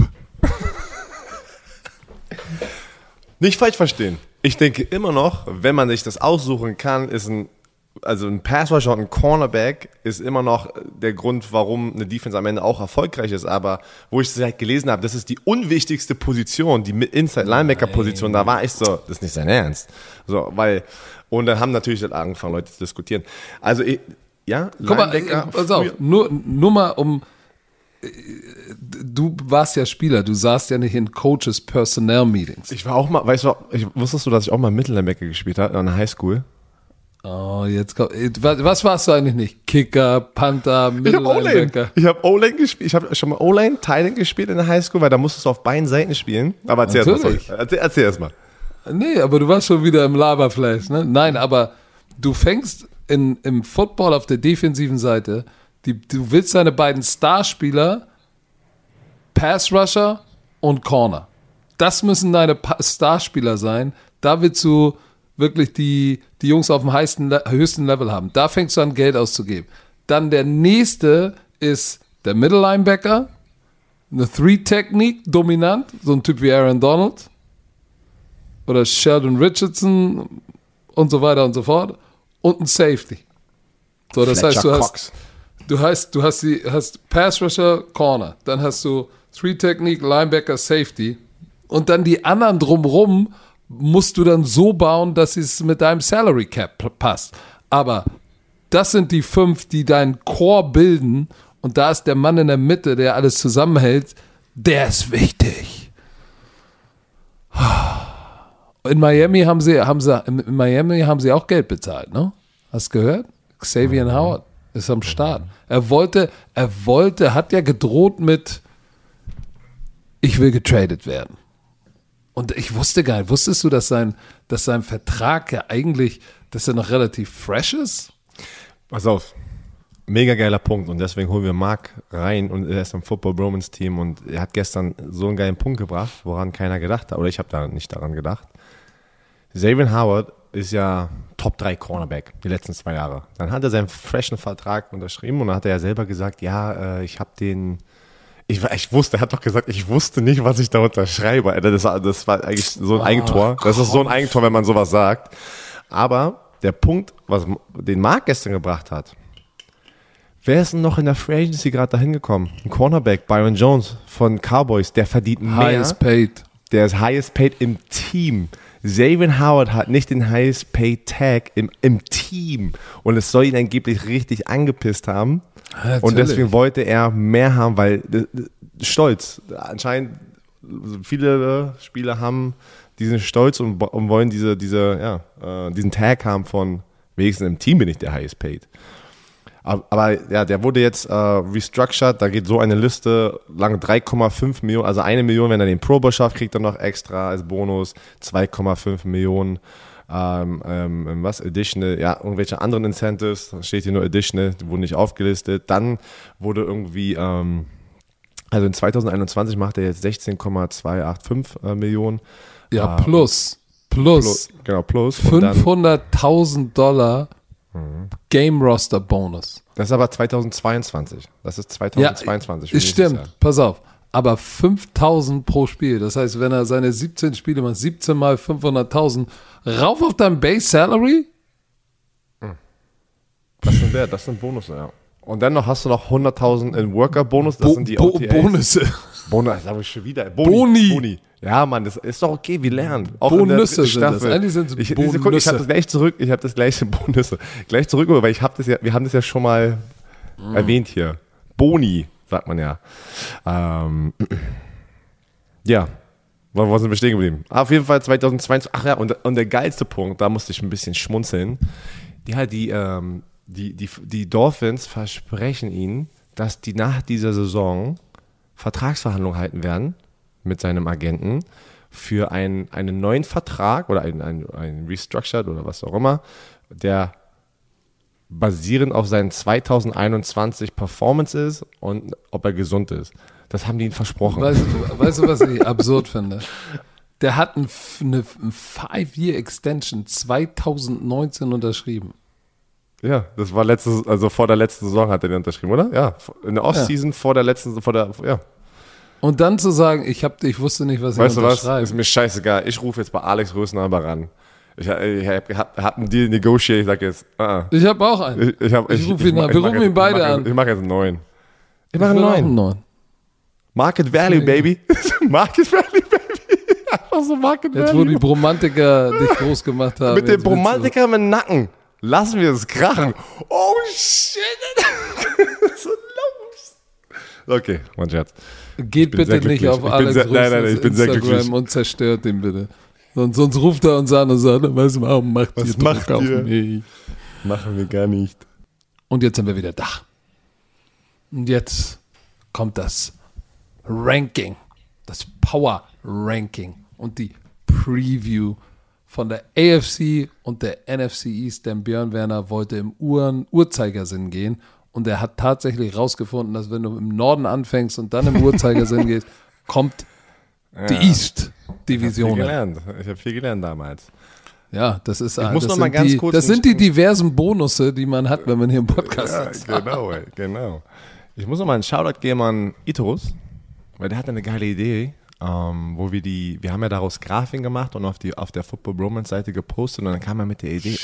Nicht falsch verstehen. Ich denke immer noch, wenn man sich das aussuchen kann, ist ein Pass-Rusher und ein Cornerback ist immer noch der Grund, warum eine Defense am Ende auch erfolgreich ist. Aber wo ich es halt gelesen habe, das ist die unwichtigste Position, die Inside-Linebacker-Position, da war ich so, das ist nicht sein Ernst. So, und dann haben natürlich dann angefangen, Leute zu diskutieren. Also, guck mal, pass auf, nur mal du warst ja Spieler, du saßt ja nicht in Coaches Personnel-Meetings. Ich war auch mal, wusstest du, dass ich auch mal Mittellinebacker gespielt habe an der Highschool? Oh, jetzt kommt. Was warst du eigentlich nicht? Kicker, Panther, Mittellinebacker? Ich habe O-Line gespielt. Ich habe schon mal O-Line, Tight End gespielt in der Highschool, weil da musstest du auf beiden Seiten spielen. Aber erzähl erst mal. Nee, aber du warst schon wieder im Laberfleisch, ne? Nein, aber du fängst im Football auf der defensiven Seite, du willst deine beiden Starspieler, Pass Rusher und Corner. Das müssen deine Starspieler sein. Da willst du wirklich die Jungs auf dem höchsten Level haben. Da fängst du an, Geld auszugeben. Dann der nächste ist der Middle Linebacker, eine Three-Technique, dominant, so ein Typ wie Aaron Donald oder Sheldon Richardson und so weiter und so fort. Und ein Safety. So, das heißt, du hast Pass Rusher, Corner, dann hast du Three-Technique, Linebacker, Safety und dann die anderen drumrum musst du dann so bauen, dass es mit deinem Salary Cap passt. Aber das sind die 5, die deinen Core bilden und da ist der Mann in der Mitte, der alles zusammenhält, der ist wichtig. In Miami haben sie auch Geld bezahlt, ne? Hast du gehört? Xavier Howard ist am Start. Er hat ja gedroht mit, ich will getradet werden. Und ich wusste gar nicht, wusstest du, dass sein Vertrag ja eigentlich, dass er noch relativ fresh ist? Pass auf, mega geiler Punkt und deswegen holen wir Marc rein und er ist im Football Bromance Team und er hat gestern so einen geilen Punkt gebracht, woran keiner gedacht hat, oder ich habe da nicht daran gedacht. Xavier Howard ist ja Top 3 Cornerback die letzten 2 Jahre. Dann hat er seinen freshen Vertrag unterschrieben und dann hat er ja selber gesagt, ich habe den... Ich wusste, er hat doch gesagt, ich wusste nicht, was ich da unterschreibe. Alter, das war eigentlich so ein Eigentor. Das ist so ein Eigentor, wenn man sowas sagt. Aber der Punkt, den Marc gestern gebracht hat, wer ist denn noch in der Free Agency gerade dahin gekommen? Ein Cornerback, Byron Jones von Cowboys, der verdient mehr. Highest paid. Der ist highest paid im Team. Xavier Howard hat nicht den highest paid Tag im Team. Und es soll ihn angeblich richtig angepisst haben. Ja, und deswegen wollte er mehr haben, weil Stolz. Anscheinend viele Spieler haben diesen Stolz und wollen diesen Tag haben von wenigstens im Team bin ich der highest paid. Aber ja, der wurde jetzt restructured, da geht so eine Liste lang 3,5 Millionen, also 1 Million, wenn er den Pro Bowl schafft, kriegt er noch extra als Bonus, 2,5 Millionen, additional, ja, irgendwelche anderen Incentives, da steht hier nur additional, die wurden nicht aufgelistet. Dann wurde irgendwie, also in 2021 macht er jetzt 16,285 Millionen. Ja, plus. Genau, plus. $500.000 Game Roster Bonus. Das ist aber 2022. Das ist 2022. Ja, stimmt, pass auf. Aber 5.000 pro Spiel. Das heißt, wenn er seine 17 Spiele macht, 17 mal 500.000, rauf auf dein Base Salary? Das ist ein Bonus, ja. Und dann hast du noch 100.000 in Worker-Bonus. Das sind die OTAs. Bonusse. Bonus, sag ich schon wieder. Boni. Ja, Mann, das ist doch okay, wir lernen. Auch Bonusse sind das. Eigentlich sind es Bonusse. Guck, ich habe das gleich zurück. Ich habe das gleiche Bonusse. Gleich zurück, weil wir haben das ja schon mal erwähnt hier. Boni, sagt man ja. Ja, wo sind wir stehen geblieben? Auf jeden Fall 2022. Ach ja, und der geilste Punkt, da musste ich ein bisschen schmunzeln. Die Dolphins versprechen ihnen, dass die nach dieser Saison Vertragsverhandlungen halten werden mit seinem Agenten für einen neuen Vertrag oder ein Restructured oder was auch immer, der basierend auf seinen 2021 Performance ist und ob er gesund ist. Das haben die ihm versprochen. Weißt du, was ich absurd finde? Der hat eine 5-Year-Extension 2019 unterschrieben. Ja, das war vor der letzten Saison hat er den unterschrieben, oder? Ja, in der Offseason ja. Und dann zu sagen, ich wusste nicht, was ich unterschreibe. Weißt du was? Ist mir scheißegal. Ich rufe jetzt bei Alex Rösner ran. Ich hab einen Deal negotiated, ich sag jetzt, Ich habe auch einen. Ich rufe ihn an. Wir rufen ihn beide an. Ich mache jetzt einen neuen. Ich mache einen neuen. Market Value, Baby. Market Value, Baby. Einfach so Market Value. Jetzt, wo die Bromantiker dich groß gemacht haben. Mit den Bromantikern im Nacken. Lassen wir es krachen. Oh, shit. So los. Okay, mein Scherz. Geht bitte nicht auf Alex Rösners Instagram und zerstört den bitte. Sonst ruft er uns an und sagt, warum macht ihr Druck auf mich? Machen wir gar nicht. Und jetzt sind wir wieder da. Und jetzt kommt das Ranking, das Power Ranking und die Preview von der AFC und der NFC East, denn Björn Werner wollte im Uhrzeigersinn gehen und er hat tatsächlich rausgefunden, dass wenn du im Norden anfängst und dann im Uhrzeigersinn gehst, kommt die East-Division. Ich habe viel gelernt damals. Ja, das ist das sind die diversen Bonusse, die man hat, wenn man hier im Podcast sitzt. Genau. Ich muss noch mal einen Shoutout geben an Itorus, weil der hat eine geile Idee. Wo wir haben ja daraus Grafiken gemacht und auf der Football Bromance Seite gepostet und dann kam er mit der Idee,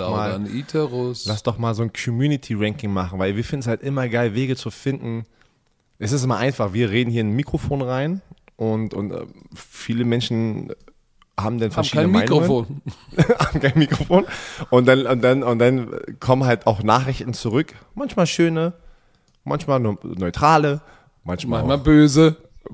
lass doch mal so ein Community Ranking machen, weil wir finden es halt immer geil, Wege zu finden. Es ist immer einfach, wir reden hier in ein Mikrofon rein und viele Menschen haben dann verschiedene Meinungen. Haben kein Mikrofon. Und dann kommen halt auch Nachrichten zurück, manchmal schöne, manchmal neutrale, manchmal böse.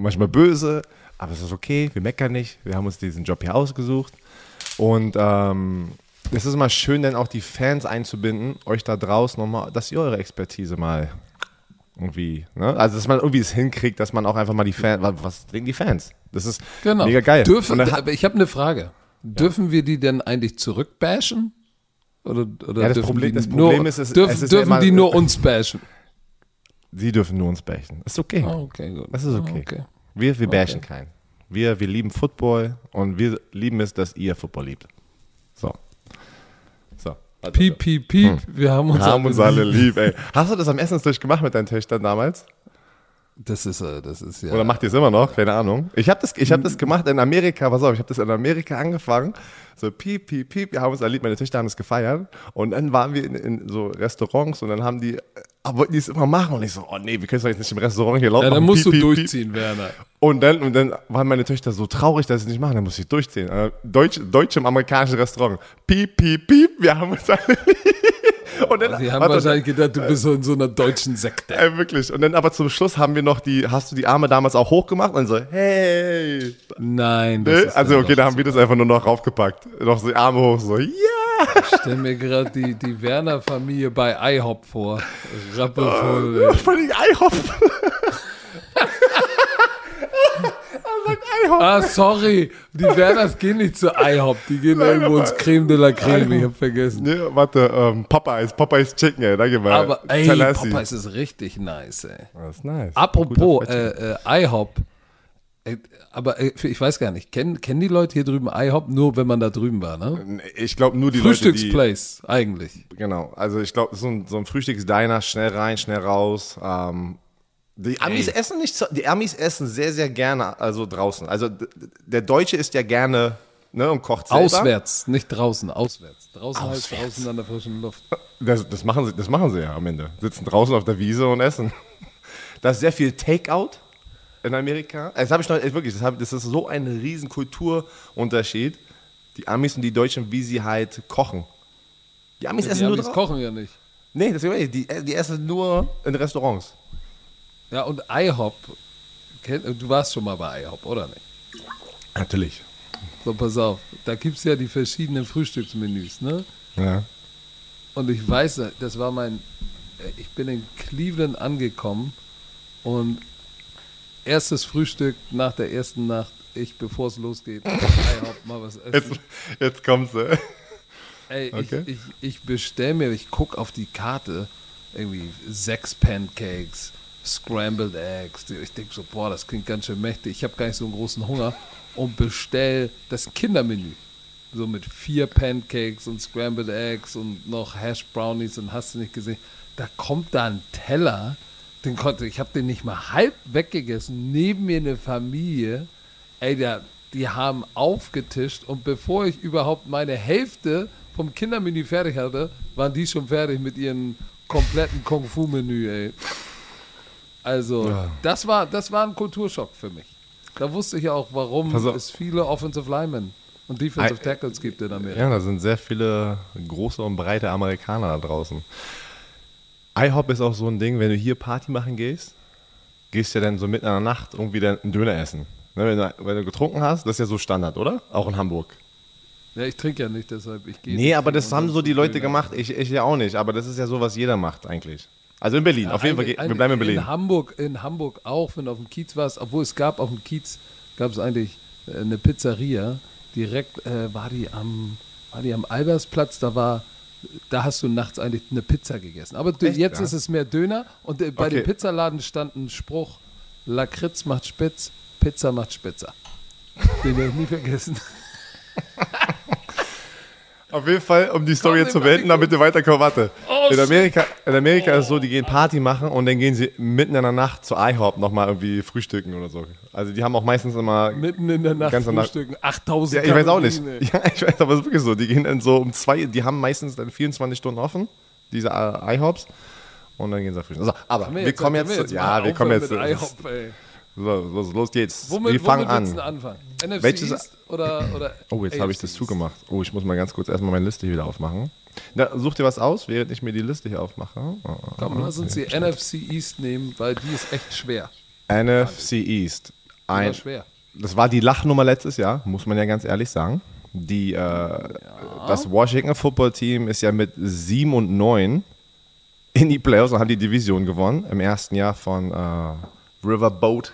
Aber es ist okay, wir meckern nicht, wir haben uns diesen Job hier ausgesucht und es ist immer schön, dann auch die Fans einzubinden, euch da draußen nochmal, dass ihr eure Expertise mal irgendwie, ne? Also, dass man irgendwie es hinkriegt, dass man auch einfach mal die Fans, was denken die Fans? Das ist Genau. mega geil. Aber ich habe eine Frage. Dürfen wir die denn eigentlich zurückbashen? Oder ja, das Problem ist, es ist dürfen ja immer, die nur uns bashen? Sie dürfen nur uns bashen. Ist okay. Oh, okay, gut. Das ist okay. Okay. Wir bashen keinen. Wir lieben Football und wir lieben es, dass ihr Football liebt. So. Piep, piep, piep. Wir haben uns alle lieb, ey. Hast du das am Essenstisch gemacht mit deinen Töchtern damals? Das ist ja. Oder macht ihr es immer noch? Keine Ahnung. Ich hab das gemacht in Amerika. Pass auf, ich habe das in Amerika angefangen. So piep, piep, piep. Wir haben uns erlebt, meine Töchter haben es gefeiert. Und dann waren wir in so Restaurants und dann wollten die es immer machen. Und ich so, oh nee, wir können es doch jetzt nicht im Restaurant hier laufen. Ja, dann musst du durchziehen, Werner. Und dann waren meine Töchter so traurig, dass sie es nicht machen. Dann musste ich durchziehen. Deutsch im amerikanischen Restaurant. Piep, piep, piep. Wir haben uns alle lieb. Und dann, die haben wahrscheinlich gedacht, du bist so in so einer deutschen Sekte. Wirklich. Und dann aber zum Schluss haben wir noch hast du die Arme damals auch hochgemacht und so, hey. Nein. Ne? Also okay, da haben wir das einfach nur noch raufgepackt. Noch so die Arme hoch, so, ja. Ich stell mir gerade die Werner-Familie bei IHOP vor. Rappelvoll. Von den IHOP. Sorry, die Werners gehen nicht zu IHOP, die gehen irgendwo ins Creme de la Creme, ich hab vergessen. Nee, warte, Popeyes Chicken, ey, danke mal. Aber ey, Popeyes ist richtig nice, ey. Das ist nice. Apropos IHOP, aber ich weiß gar nicht, kennen die Leute hier drüben IHOP nur, wenn man da drüben war, ne? Ich glaube nur die Frühstücksplace, eigentlich. Genau, also ich glaube, so ein Frühstücksdiner, schnell rein, schnell raus, die Amis essen sehr, sehr gerne, also draußen. Also der Deutsche isst ja gerne, ne, und kocht selber. Auswärts, nicht draußen, auswärts. Draußen heißt draußen an der frischen Luft. Das machen sie ja am Ende. Sitzen draußen auf der Wiese und essen. Da ist sehr viel Takeout in Amerika. Das habe ich noch wirklich, das ist so ein riesen Kulturunterschied. Die Amis und die Deutschen, wie sie halt kochen. Die Amis essen nur draußen. Die kochen ja nicht. Nee, die essen nur in Restaurants. Ja, und IHOP, du warst schon mal bei IHOP, oder nicht? Natürlich. So, pass auf, da gibt es ja die verschiedenen Frühstücksmenüs, ne? Ja. Und ich weiß, ich bin in Cleveland angekommen und erstes Frühstück nach der ersten Nacht, bevor es losgeht, IHOP mal was essen. Jetzt kommt's, ey. Ey, okay. ich bestell mir, ich gucke auf die Karte, irgendwie 6 Pancakes, Scrambled Eggs. Ich denke so, boah, das klingt ganz schön mächtig. Ich habe gar nicht so einen großen Hunger und bestell das Kindermenü. So mit 4 Pancakes und Scrambled Eggs und noch Hash Brownies und hast du nicht gesehen. Da kommt da ein Teller, ich habe den nicht mal halb weggegessen. Neben mir eine Familie, ey, die haben aufgetischt und bevor ich überhaupt meine Hälfte vom Kindermenü fertig hatte, waren die schon fertig mit ihrem kompletten Kung-Fu-Menü, ey. Also, ja. das war ein Kulturschock für mich. Da wusste ich ja auch, warum es viele Offensive Linemen und Defensive Tackles gibt in Amerika. Ja, da sind sehr viele große und breite Amerikaner da draußen. IHOP ist auch so ein Ding, wenn du hier Party machen gehst ja dann so mitten in der Nacht irgendwie dann einen Döner essen. Ne, wenn du getrunken hast, das ist ja so Standard, oder? Auch in Hamburg. Ja, ich trinke ja nicht, deshalb ich gehe. Nee, aber das haben so die Leute gemacht, ich ja auch nicht, aber das ist ja so, was jeder macht eigentlich. Also in Berlin, auf jeden Fall, wir bleiben in Berlin. In Hamburg auch, wenn du auf dem Kiez warst, obwohl auf dem Kiez gab es eigentlich eine Pizzeria, direkt war die am Albersplatz, da hast du nachts eigentlich eine Pizza gegessen. Aber jetzt ist es mehr Döner und bei dem Pizzaladen stand ein Spruch, Lakritz macht spitz, Pizza macht spitzer. Den werde ich nie vergessen. Auf jeden Fall, um die Story jetzt zu beenden, damit wir weiterkommen, warte. In Amerika ist es so, die gehen Party machen und dann gehen sie mitten in der Nacht zu IHOP nochmal irgendwie frühstücken oder so. Also die haben auch meistens immer... Mitten in der Nacht frühstücken, 8000 Ja, ich weiß auch nicht. Ja, ich weiß, aber es ist wirklich so. Die gehen dann so um 2, die haben meistens dann 24 Stunden offen, diese IHOPs. Und dann gehen sie frühstücken. So, aber wir kommen jetzt... Ja, wir kommen jetzt... IHOP, ey. So, los geht's. Wir fangen an. Willst du anfangen? NFC Welches East oder Oh, jetzt habe ich das zugemacht. Oh, ich muss mal ganz kurz erstmal meine Liste wieder aufmachen. Na, such dir was aus, während ich mir die Liste hier aufmache. Komm, lass uns die NFC East nehmen, weil die ist echt schwer. NFC East. Schwer. Das war die Lachnummer letztes Jahr, muss man ja ganz ehrlich sagen. Das Washington Football Team ist ja mit 7-9 in die Playoffs und haben die Division gewonnen im ersten Jahr von Riverboat.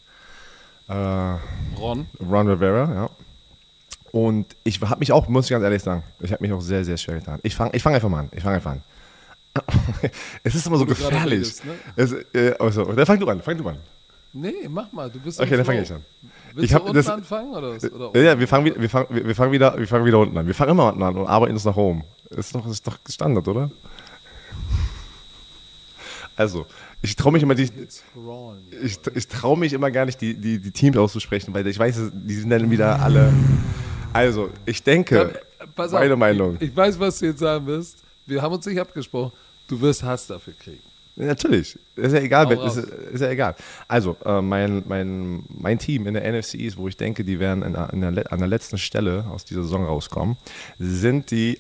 Ron Rivera, ja. Und ich habe mich auch, muss ich ganz ehrlich sagen, ich habe mich auch sehr, sehr schwer getan. Ich fang einfach mal an. Es ist immer so gefährlich. Dann fang du an. Nee, mach mal, du bist okay, dann fange ich an. Willst du unten anfangen? Oder ja, wir fangen wieder unten an. Wir fangen immer unten an und arbeiten uns nach oben. Ist doch Standard, oder? Also, ich traue mich immer ich traue mich immer gar nicht, die Teams auszusprechen, weil ich weiß, die sind dann wieder alle. Also, ich denke, meine Meinung. Ich weiß, was du jetzt sagen wirst. Wir haben uns nicht abgesprochen. Du wirst Hass dafür kriegen. Ja, natürlich. Ist ja egal. Ist ja egal. Also, mein Team in der NFC East, wo ich denke, die werden an der letzten Stelle aus dieser Saison rauskommen, sind die.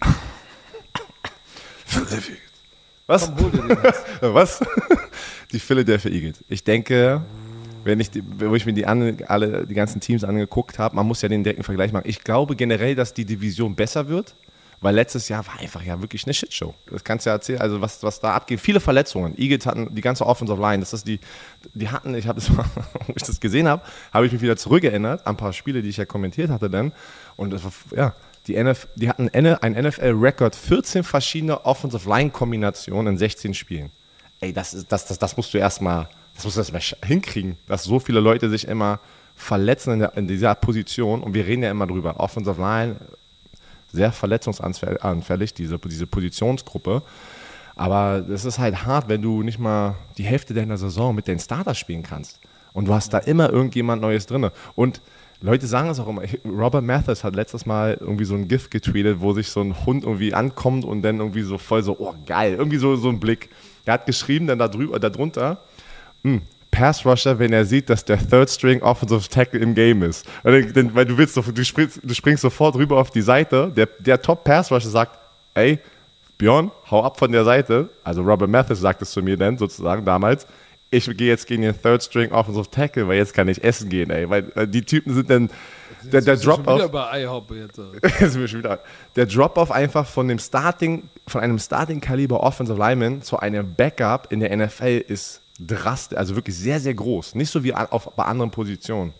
Was? Komm, hol dir den Was? Die Philadelphia Eagles. Ich denke, wo ich mir die ganzen Teams angeguckt habe, man muss ja den direkten Vergleich machen. Ich glaube generell, dass die Division besser wird, weil letztes Jahr war einfach ja wirklich eine Shitshow. Das kannst du ja erzählen, also was da abgeht. Viele Verletzungen. Eagles hatten die ganze Offensive Line, das ist die hatten, ich habe das mal, wo ich das gesehen habe, habe ich mich wieder zurückerinnert an ein paar Spiele, die ich ja kommentiert hatte dann. Und das war, ja, die hatten ein NFL-Record, 14 verschiedene Offensive-Line-Kombinationen in 16 Spielen. Ey, das musst du erstmal hinkriegen, dass so viele Leute sich immer verletzen in dieser Position. Und wir reden ja immer drüber. Offensive Line, sehr verletzungsanfällig, diese Positionsgruppe. Aber das ist halt hart, wenn du nicht mal die Hälfte deiner Saison mit den Starters spielen kannst. Und du hast da immer irgendjemand Neues drin. Und Leute sagen es auch immer. Robert Mathis hat letztes Mal irgendwie so ein GIF getweetet, wo sich so ein Hund irgendwie ankommt und dann irgendwie so voll so, oh geil, irgendwie so ein Blick. Er hat geschrieben dann darunter, Pass Rusher, wenn er sieht, dass der Third String Offensive Tackle im Game ist. Weil du springst sofort rüber auf die Seite. Der Top Pass Rusher sagt, ey, Björn, hau ab von der Seite. Also Robert Mathis sagt es zu mir dann sozusagen damals. Ich gehe jetzt gegen den Third String Offensive Tackle, weil jetzt kann ich essen gehen, ey. Weil die Typen sind dann der Drop-Off. Wieder bei IHOP jetzt. Der Drop-Off einfach von einem Starting-Kaliber Offensive Lineman zu einem Backup in der NFL ist drastisch, also wirklich sehr, sehr groß. Nicht so wie bei anderen Positionen.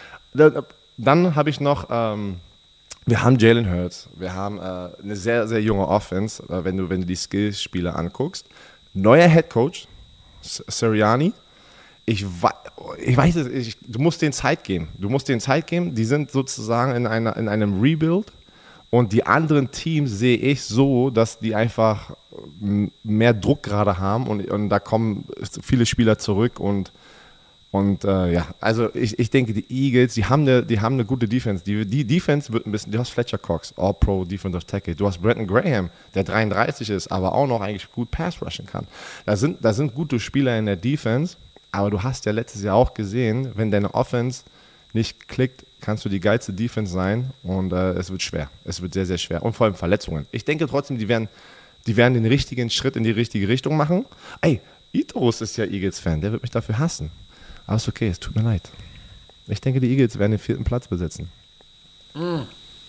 Dann habe ich noch, wir haben Jalen Hurts, wir haben eine sehr, sehr junge Offense, wenn du die Skillspiele anguckst. Neuer Head Coach, Sirianni. Ich weiß es, du musst denen Zeit geben. Die sind sozusagen in einem Rebuild. Und die anderen Teams sehe ich so, dass die einfach mehr Druck gerade haben und da kommen viele Spieler zurück und ja, also ich denke, die Eagles, die haben eine gute Defense. Die Defense wird ein bisschen, du hast Fletcher Cox, All-Pro Defensive Tackle, du hast Brandon Graham, der 33 ist, aber auch noch eigentlich gut Pass rushen kann. Da sind gute Spieler in der Defense, aber du hast ja letztes Jahr auch gesehen, wenn deine Offense nicht klickt, kannst du die geilste Defense sein und es wird schwer. Es wird sehr, sehr schwer. Und vor allem Verletzungen. Ich denke trotzdem, die werden den richtigen Schritt in die richtige Richtung machen. Ey, Itorus ist ja Eagles-Fan, der wird mich dafür hassen. Aber ist okay, es tut mir leid. Ich denke, die Eagles werden den 4. Platz besetzen. Ja,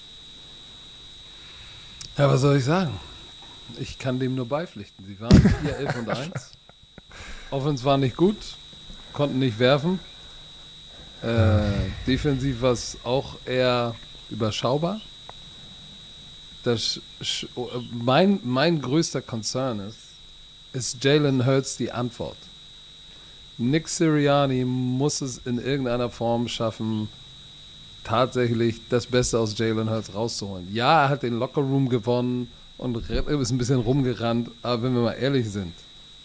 was soll ich sagen? Ich kann dem nur beipflichten. Sie waren 4-11-1. Offense war nicht gut, konnten nicht werfen. Defensiv war es auch eher überschaubar. Mein größter Concern ist Jalen Hurts die Antwort. Nick Sirianni muss es in irgendeiner Form schaffen, tatsächlich das Beste aus Jalen Hurts rauszuholen. Ja, er hat den Lockerroom gewonnen und ist ein bisschen rumgerannt, aber wenn wir mal ehrlich sind,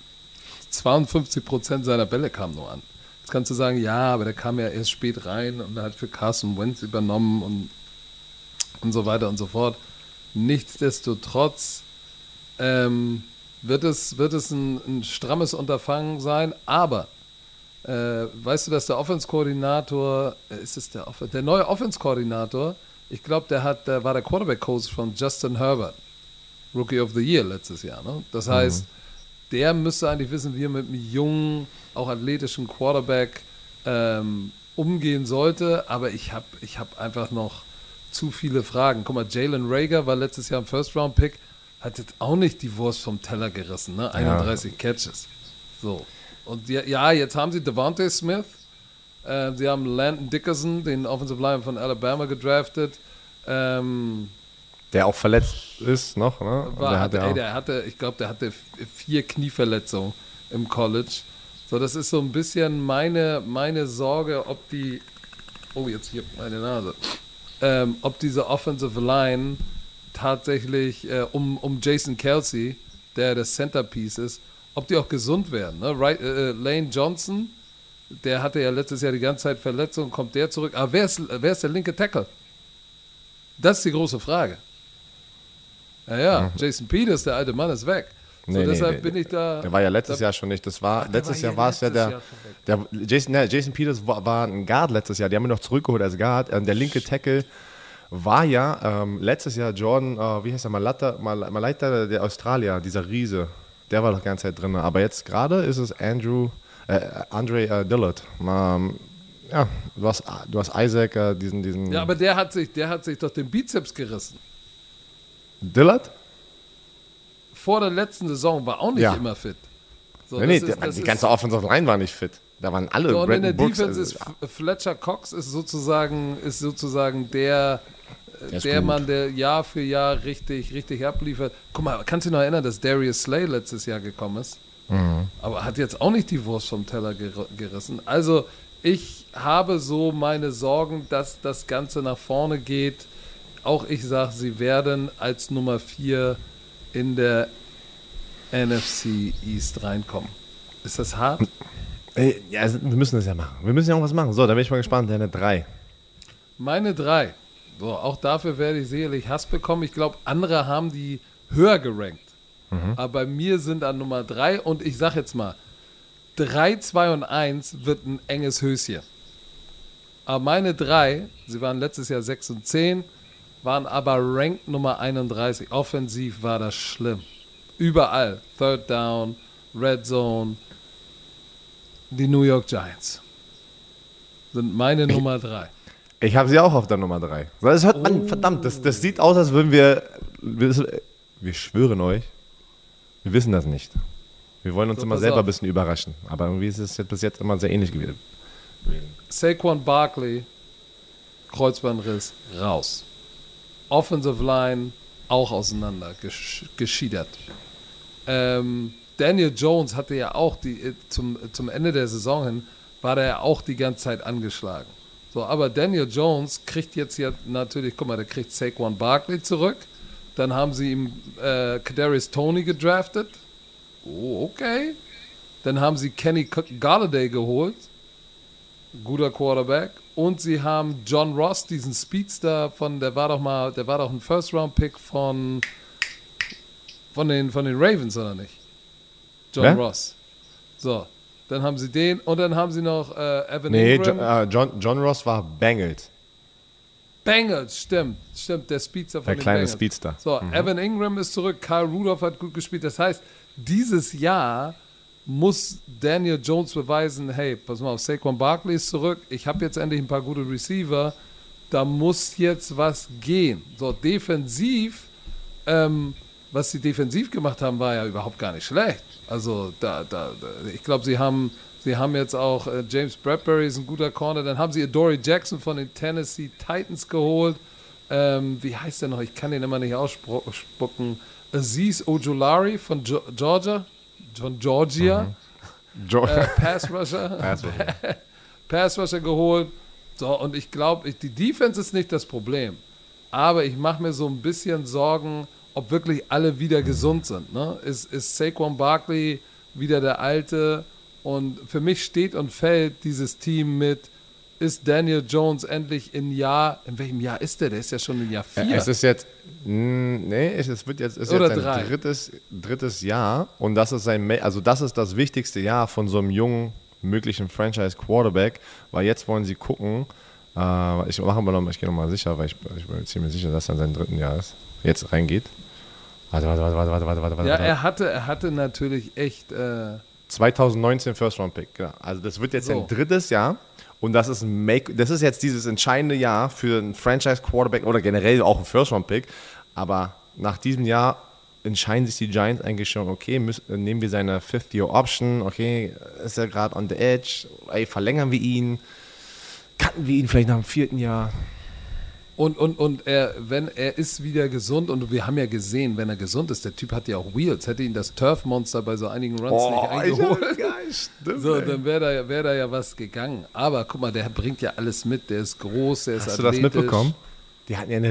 52% seiner Bälle kamen nur an. Jetzt kannst du sagen, ja, aber der kam ja erst spät rein und hat für Carson Wentz übernommen und so weiter und so fort. Nichtsdestotrotz wird es ein strammes Unterfangen sein, aber weißt du, dass der Offense-Koordinator, der neue Offense-Koordinator, ich glaube, der war der Quarterback-Coach von Justin Herbert, Rookie of the Year letztes Jahr. Ne? Das heißt, der müsste eigentlich wissen, wie er mit einem jungen, auch athletischen Quarterback umgehen sollte, aber ich hab einfach noch zu viele Fragen. Guck mal, Jalen Reagor war letztes Jahr im First-Round-Pick, hat jetzt auch nicht die Wurst vom Teller gerissen, ne? 31 Catches. So. Und jetzt haben sie Devontae Smith, sie haben Landon Dickerson, den Offensive Lineman von Alabama, gedraftet. Der auch verletzt ist noch, ne? Der hatte 4 Knieverletzungen im College. So, das ist so ein bisschen meine Sorge, ob die, jetzt hier meine Nase, ob diese Offensive Line tatsächlich um Jason Kelce, der das Centerpiece ist, ob die auch gesund werden. Ne? Lane Johnson, der hatte ja letztes Jahr die ganze Zeit Verletzungen, kommt der zurück. Aber wer ist der linke Tackle? Das ist die große Frage. Jason Peters, der alte Mann, ist weg. Deshalb bin ich da. Der war ja letztes Jahr schon nicht. Letztes Jahr war es ja der Jason Peters war ein Guard letztes Jahr. Die haben ihn noch zurückgeholt als Guard. Der linke Tackle war ja letztes Jahr Jordan, wie heißt er, Malaita, der Australier, dieser Riese. Der war doch die ganze Zeit drin. Aber jetzt gerade ist es Andre Dillard. Du hast Isaac, diesen. Ja, aber der hat sich doch den Bizeps gerissen. Dillard? Vor der letzten Saison war auch nicht immer fit. So, die ganze Offensive Line war nicht fit. Da waren alle. Und in der Defense ist Fletcher Cox ist sozusagen der Mann, der Jahr für Jahr richtig abliefert. Guck mal, kannst du dich noch erinnern, dass Darius Slay letztes Jahr gekommen ist? Mhm. Aber hat jetzt auch nicht die Wurst vom Teller gerissen. Also ich habe so meine Sorgen, dass das Ganze nach vorne geht. Auch ich sage, sie werden als Nummer 4 in der NFC East reinkommen. Ist das hart? Ja, wir müssen das ja machen. Wir müssen ja auch was machen. So, da bin ich mal gespannt. Deine 3. Meine 3. So, auch dafür werde ich sicherlich Hass bekommen. Ich glaube, andere haben die höher gerankt. Mhm. Aber bei mir sind an Nummer 3 und ich sage jetzt mal, 3, 2 und 1 wird ein enges Höschen. Aber meine 3, sie waren letztes Jahr 6 und 10, waren aber ranked Nummer 31. Offensiv war das schlimm. Überall. Third Down, Red Zone. Die New York Giants sind meine Nummer 3. Ich habe sie auch auf der Nummer 3. Das hört man, verdammt, das sieht aus, als würden wir schwören euch, wir wissen das nicht. Wir wollen uns immer selber ein bisschen überraschen. Aber irgendwie ist es bis jetzt immer sehr ähnlich gewesen. Saquon Barkley, Kreuzbandriss, raus. Offensive Line auch auseinander geschiedert. Daniel Jones hatte ja auch zum Ende der Saison hin, war der ja auch die ganze Zeit angeschlagen. So, aber Daniel Jones kriegt jetzt ja natürlich, guck mal, der kriegt Saquon Barkley zurück. Dann haben sie ihm Kadarius Toney gedraftet. Oh, okay. Dann haben sie Kenny Galladay geholt. Guter Quarterback. Und sie haben John Ross, diesen Speedster der war doch ein First-Round-Pick von den Ravens, oder nicht? John Ross. So, dann haben sie den und dann haben sie noch Evan Ingram. John Ross war Bengals. Bengals, stimmt, der Speedster von der den kleine Bengals. Speedster. So, Evan Ingram ist zurück, Kyle Rudolph hat gut gespielt. Das heißt, dieses Jahr muss Daniel Jones beweisen, hey, pass mal auf, Saquon Barkley ist zurück, ich habe jetzt endlich ein paar gute Receiver, da muss jetzt was gehen. So, defensiv, was sie defensiv gemacht haben, war ja überhaupt gar nicht schlecht. Also, ich glaube, sie haben jetzt auch James Bradbury ist ein guter Corner, dann haben sie Adoree Jackson von den Tennessee Titans geholt. Wie heißt der noch? Ich kann den immer nicht ausspucken. Azeez Ojulari von Georgia. Pass Rusher geholt. So, und ich glaube, die Defense ist nicht das Problem. Aber ich mache mir so ein bisschen Sorgen, ob wirklich alle wieder gesund sind. Ne? Ist Saquon Barkley wieder der Alte? Und für mich steht und fällt dieses Team mit, ist Daniel Jones endlich in welchem Jahr ist der? Der ist ja schon in Jahr 4. Es ist jetzt, es wird jetzt, Oder ein drittes Jahr und das ist das ist das wichtigste Jahr von so einem jungen, möglichen Franchise-Quarterback, weil jetzt wollen sie gucken, ich gehe nochmal sicher, weil ich bin mir ziemlich sicher, dass er in seinem 3. Jahr ist, jetzt reingeht. Warte. Ja, er hatte natürlich echt 2019 First-Round-Pick, genau. Also das wird jetzt ein 3. Jahr. Und das ist jetzt dieses entscheidende Jahr für einen Franchise-Quarterback oder generell auch ein First-Round-Pick. Aber nach diesem Jahr entscheiden sich die Giants eigentlich schon, okay, nehmen wir seine Fifth-Year-Option, okay, ist er gerade on the edge, ey, verlängern wir ihn, cutten wir ihn vielleicht nach dem 4. Jahr. Und wenn er ist wieder gesund, und wir haben ja gesehen, wenn er gesund ist, der Typ hat ja auch Wheels, hätte ihn das Turf-Monster bei so einigen Runs nicht eingeholt, stimmt, so, dann wäre da ja was gegangen. Aber guck mal, der bringt ja alles mit, der ist groß, der ist athletisch. Hast athletisch. du das mitbekommen? Die hatten ja eine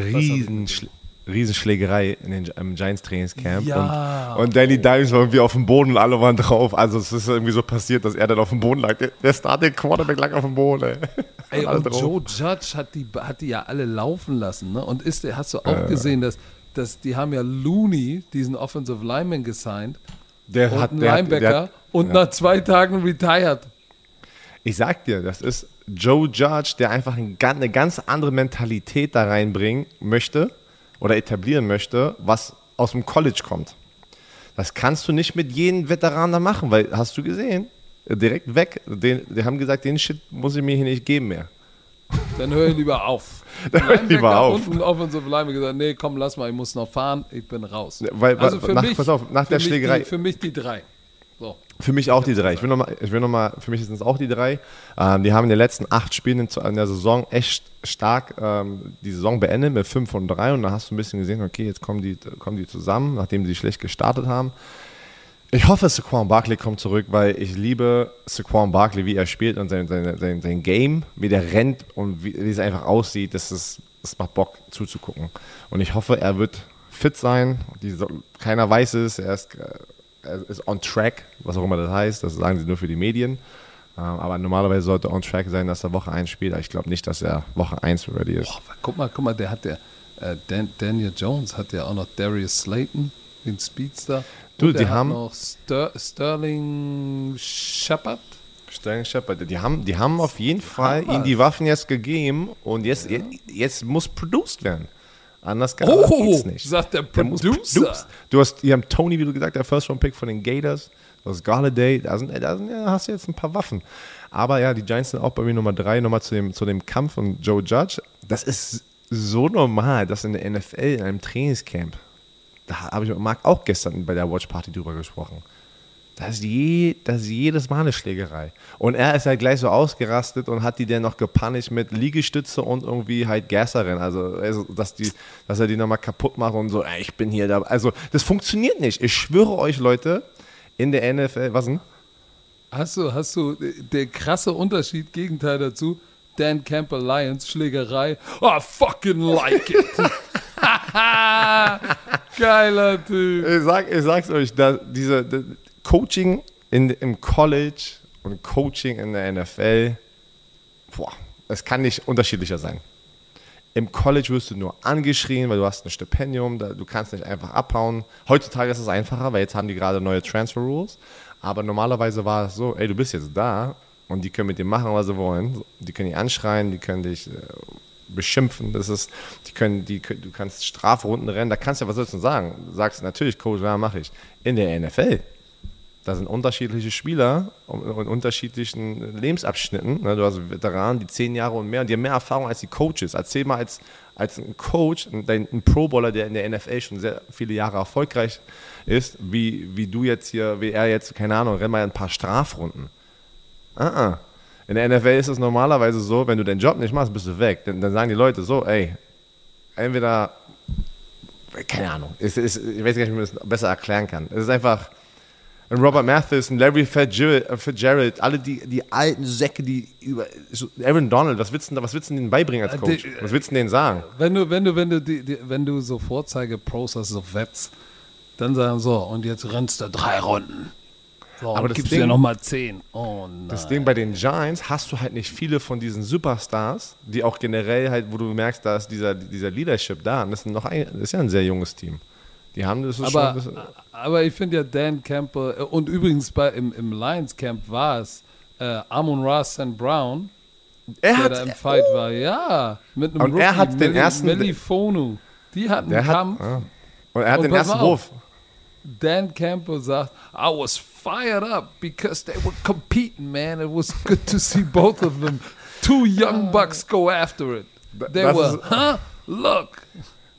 Riesenschlägerei im Giants-Trainingscamp. Ja. Und Danny Dimes war irgendwie auf dem Boden und alle waren drauf. Also es ist irgendwie so passiert, dass er dann auf dem Boden lag. Der Starting Quarterback lag auf dem Boden, ey. Und Joe Judge hat die ja alle laufen lassen. Ne? Und hast du auch gesehen, dass die haben ja Looney, diesen Offensive Lineman, gesigned. Einen Linebacker. Und nach 2 Tagen retired. Ich sag dir, das ist Joe Judge, der einfach eine ganz andere Mentalität da reinbringen möchte oder etablieren möchte, was aus dem College kommt. Das kannst du nicht mit jedem Veteran da machen, weil, hast du gesehen, direkt weg, die haben gesagt, den Shit muss ich mir hier nicht geben mehr. Dann höre ich lieber auf. Dann höre ich lieber auf. Und ein Offensive Lineman gesagt, nee, komm, lass mal, ich muss noch fahren, ich bin raus. Weil, also für mich, pass auf, nach der Schlägerei. Für mich die 3. So. Für mich auch die 3. Für mich sind es auch die 3. Die haben in den letzten 8 Spielen in der Saison echt stark die Saison beendet mit 5-3 und da hast du ein bisschen gesehen, okay, jetzt kommen die zusammen, nachdem sie schlecht gestartet haben. Ich hoffe, Saquon Barkley kommt zurück, weil ich liebe Saquon Barkley, wie er spielt und sein Game, wie der rennt und wie es einfach aussieht, das macht Bock zuzugucken. Und ich hoffe, er wird fit sein. Keiner weiß es, er ist on track, was auch immer das heißt, das sagen sie nur für die Medien. Aber normalerweise sollte on track sein, dass er Woche 1 spielt. Aber ich glaube nicht, dass er Woche 1 ready ist. Guck mal, der hat Daniel Jones hat ja auch noch Darius Slayton, den Speedster. Du, und die haben noch Sterling Shepard. Die haben auf jeden Fall ihm die Waffen jetzt gegeben und jetzt muss produced werden. Anders geht's nicht. Sagt der Producer. Die haben Tony, wie du gesagt hast, der First-Round-Pick von den Gators. Du hast Galladay, da hast du jetzt ein paar Waffen. Aber ja, die Giants sind auch bei mir Nummer 3, nochmal zu dem Kampf von Joe Judge. Das ist so normal, dass in der NFL, in einem Trainingscamp, da habe ich mit Marc auch gestern bei der Watch-Party drüber gesprochen. Das ist jedes Mal eine Schlägerei. Und er ist halt gleich so ausgerastet und hat die dann noch gepunished mit Liegestütze und irgendwie halt Gasserin. Also dass er die nochmal kaputt macht und so, ey, ich bin hier da. Also das funktioniert nicht. Ich schwöre euch, Leute, in der NFL, was denn? Hast du der krasse Unterschied, Gegenteil dazu? Dan Campbell Lions, Schlägerei. I fucking like it. Geiler Typ. Ich sag's euch, diese Coaching im College und Coaching in der NFL, es kann nicht unterschiedlicher sein. Im College wirst du nur angeschrien, weil du hast ein Stipendium, du kannst nicht einfach abhauen. Heutzutage ist es einfacher, weil jetzt haben die gerade neue Transfer Rules. Aber normalerweise war es so, ey, du bist jetzt da und die können mit dir machen, was sie wollen. Die können dich anschreien, die können dich beschimpfen. Du kannst Strafrunden rennen, da kannst du ja, was sollst du sagen? Du sagst natürlich, Coach, ja, mache ich. In der NFL, da sind unterschiedliche Spieler in unterschiedlichen Lebensabschnitten. Du hast Veteranen, die 10 Jahre und mehr, und die haben mehr Erfahrung als die Coaches. Erzähl mal als ein Coach, ein Pro-Bowler, der in der NFL schon sehr viele Jahre erfolgreich ist, wie er jetzt, keine Ahnung, renn mal ein paar Strafrunden. In der NFL ist es normalerweise so, wenn du den Job nicht machst, bist du weg. Dann sagen die Leute so, ey, entweder, keine Ahnung, ich weiß gar nicht, wie man das besser erklären kann. Es ist einfach ein Robert Mathis, ein Larry Fitzgerald, alle die alten Säcke, Aaron Donald, was willst du denen beibringen als Coach? Was willst du denen sagen? Wenn du so Vorzeige-Pros hast, so Vets, dann sagen so, und jetzt rennst du 3 Runden. So, aber gibst dir nochmal 10. Oh nein. Das Ding bei den Giants, hast du halt nicht viele von diesen Superstars, die auch generell halt, wo du merkst, da ist dieser Leadership da. Und das ist ja ein sehr junges Team. Die haben das aber ich finde ja Dan Campbell, und übrigens im Lions Camp war es Amon-Ra St. Brown, der da im Fight war. Ja, mit einem Rookie, er hat den ersten Melifonu. Die hatten einen Kampf. Und er hat den ersten Wurf. Dan Campbell sagt, I was fired up because they were competing, man. It was good to see both of them. 2 young bucks go after it. They were, look.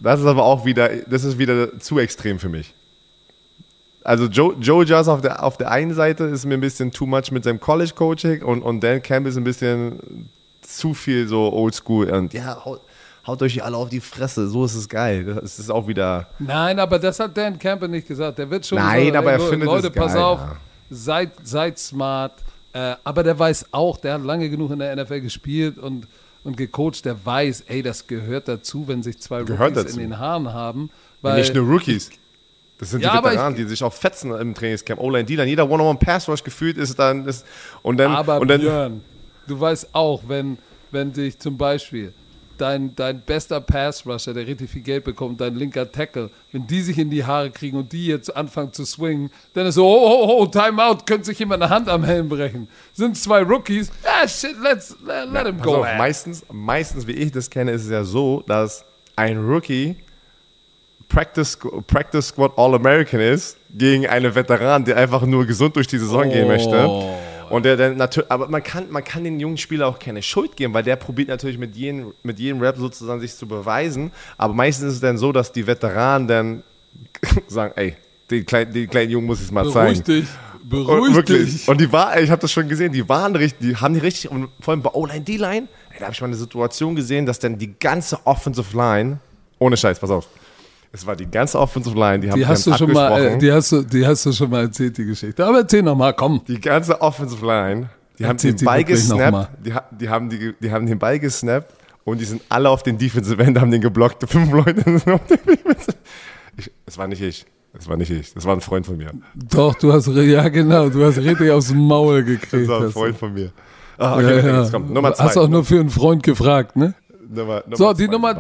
Das ist aber auch wieder zu extrem für mich. Also Joe Jazz auf der einen Seite ist mir ein bisschen too much mit seinem College-Coaching und Dan Campbell ist ein bisschen zu viel so oldschool und ja, haut euch hier alle auf die Fresse, so ist es geil. Das ist auch wieder... Nein, aber das hat Dan Campbell nicht gesagt. Der wird schon Nein, aber er findet Leute, es geil, pass auf, ja. seid smart. Aber der weiß auch, der hat lange genug in der NFL gespielt und gecoacht, der weiß, ey, das gehört dazu, wenn sich zwei Rookies in den Haaren haben. Weil nicht nur Rookies. Das sind die Veteranen, die sich auch fetzen im Trainingscamp. O-Line, D-Line, jeder One-on-One-Pass-Rush gefühlt ist dann... Aber Björn, du weißt auch, wenn sich zum Beispiel dein bester Pass-Rusher, der richtig viel Geld bekommt, dein linker Tackle, wenn die sich in die Haare kriegen und die jetzt anfangen zu swingen, dann ist so, oh, Timeout, könnte sich jemand eine Hand am Helm brechen. Sind zwei Rookies, shit, let him go. Meistens, wie ich das kenne, ist es ja so, dass ein Rookie Practice Squad All-American ist, gegen einen Veteran, der einfach nur gesund durch die Saison gehen möchte. Und der dann natürlich, aber man kann den jungen Spieler auch keine Schuld geben, weil der probiert natürlich mit jedem Rap sozusagen sich zu beweisen. Aber meistens ist es dann so, dass die Veteranen dann sagen, ey, den kleinen Jungen muss ich es mal zeigen. Beruhig dich. Und ich habe das schon gesehen, die haben die richtig, und vor allem bei O-Line, D-Line, da habe ich mal eine Situation gesehen, dass dann die ganze Offensive Line, ohne Scheiß, pass auf, es war die ganze Offensive Line, die hast du schon mal erzählt, die Geschichte. Aber erzähl nochmal, komm. Die ganze Offensive Line, die haben den Ball gesnappt, die haben den Ball gesnappt und die sind alle auf den Defensive End, haben den geblockt. 5 Leute sind auf den Defensive. Das war nicht ich. Das war ein Freund von mir. Doch, du hast richtig aufs Maul gekriegt. Das war ein Freund von mir. Okay, jetzt kommt Nummer 2. Hast auch nur für einen Freund gefragt, ne? Nummer die Nummer,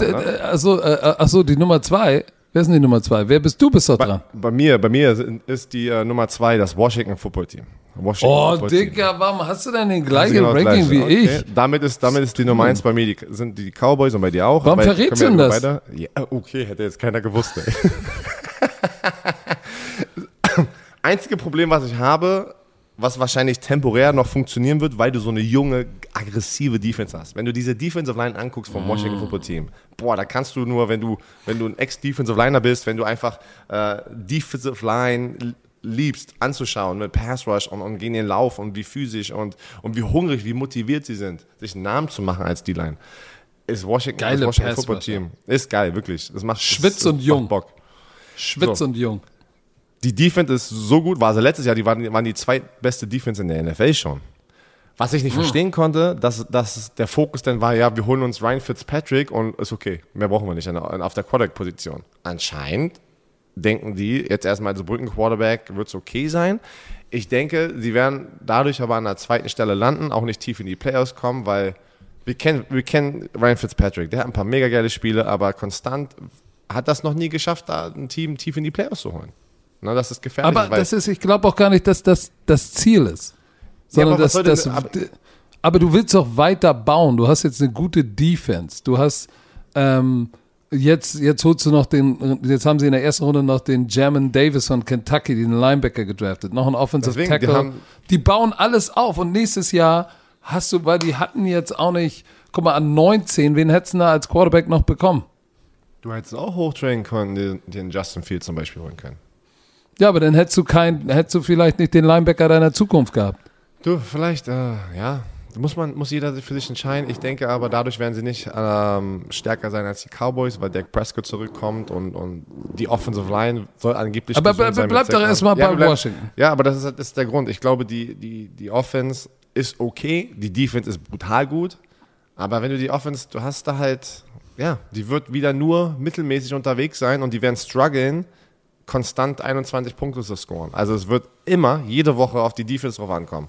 die Nummer 2. Wer ist denn die Nummer 2? Wer bist du? Bist doch dran. Bei mir ist die Nummer 2 das Washington Football Team. Digga, warum hast du denn den gleichen Ranking wie ich? Damit ist die Nummer 1 bei mir, sind die Cowboys und bei dir auch. Warum verrätst du denn das? Ja, okay, hätte jetzt keiner gewusst. Ey. Einzige Problem, was ich habe, was wahrscheinlich temporär noch funktionieren wird, weil du so eine junge, aggressive Defense hast. Wenn du diese Defensive Line anguckst vom Washington Football Team, da kannst du nur, wenn du ein Ex-Defensive Liner bist, wenn du einfach Defensive Line liebst, anzuschauen mit Pass Rush und gegen den Lauf und wie physisch und wie hungrig, wie motiviert sie sind, sich einen Namen zu machen als D-Line, ist Washington Football Team. Ist geil, wirklich. Das macht Schwitz und jung. Bock. Und jung. Die Defense ist so gut, war sie letztes Jahr, die waren die zweitbeste Defense in der NFL schon. Was ich nicht verstehen konnte, dass der Fokus dann war, ja, wir holen uns Ryan Fitzpatrick und ist okay, mehr brauchen wir nicht auf der Quarterback-Position. Anscheinend denken die, jetzt erstmal als Brückenquarterback wird es okay sein. Ich denke, sie werden dadurch aber an der zweiten Stelle landen, auch nicht tief in die Playoffs kommen, weil wir kennen Ryan Fitzpatrick, der hat ein paar mega geile Spiele, aber konstant hat das noch nie geschafft, da ein Team tief in die Playoffs zu holen. Na, das ist gefährlich. Aber ich glaube auch gar nicht, dass das Ziel ist. Sondern ja, aber du willst doch weiter bauen. Du hast jetzt eine gute Defense. Du hast jetzt holst du noch jetzt haben sie in der ersten Runde noch den Jamin Davis von Kentucky, den Linebacker gedraftet, noch einen Offensive Tackle. Die bauen alles auf und nächstes Jahr weil die hatten jetzt auch nicht, guck mal, an 19, wen hättest du da als Quarterback noch bekommen? Du hättest auch hochtrainen können, den Justin Fields zum Beispiel holen können. Ja, aber dann hättest du vielleicht nicht den Linebacker deiner Zukunft gehabt. Du, vielleicht, ja, muss jeder für sich entscheiden. Ich denke aber, dadurch werden sie nicht stärker sein als die Cowboys, weil Dak Prescott zurückkommt und die Offensive Line soll angeblich aber bleib doch erstmal bei Washington. Ja, aber das ist der Grund. Ich glaube, die Offense ist okay, die Defense ist brutal gut, aber wenn du die Offense, du hast da halt, ja, die wird wieder nur mittelmäßig unterwegs sein und die werden strugglen, konstant 21 Punkte zu scoren. Also es wird immer, jede Woche auf die Defense drauf ankommen.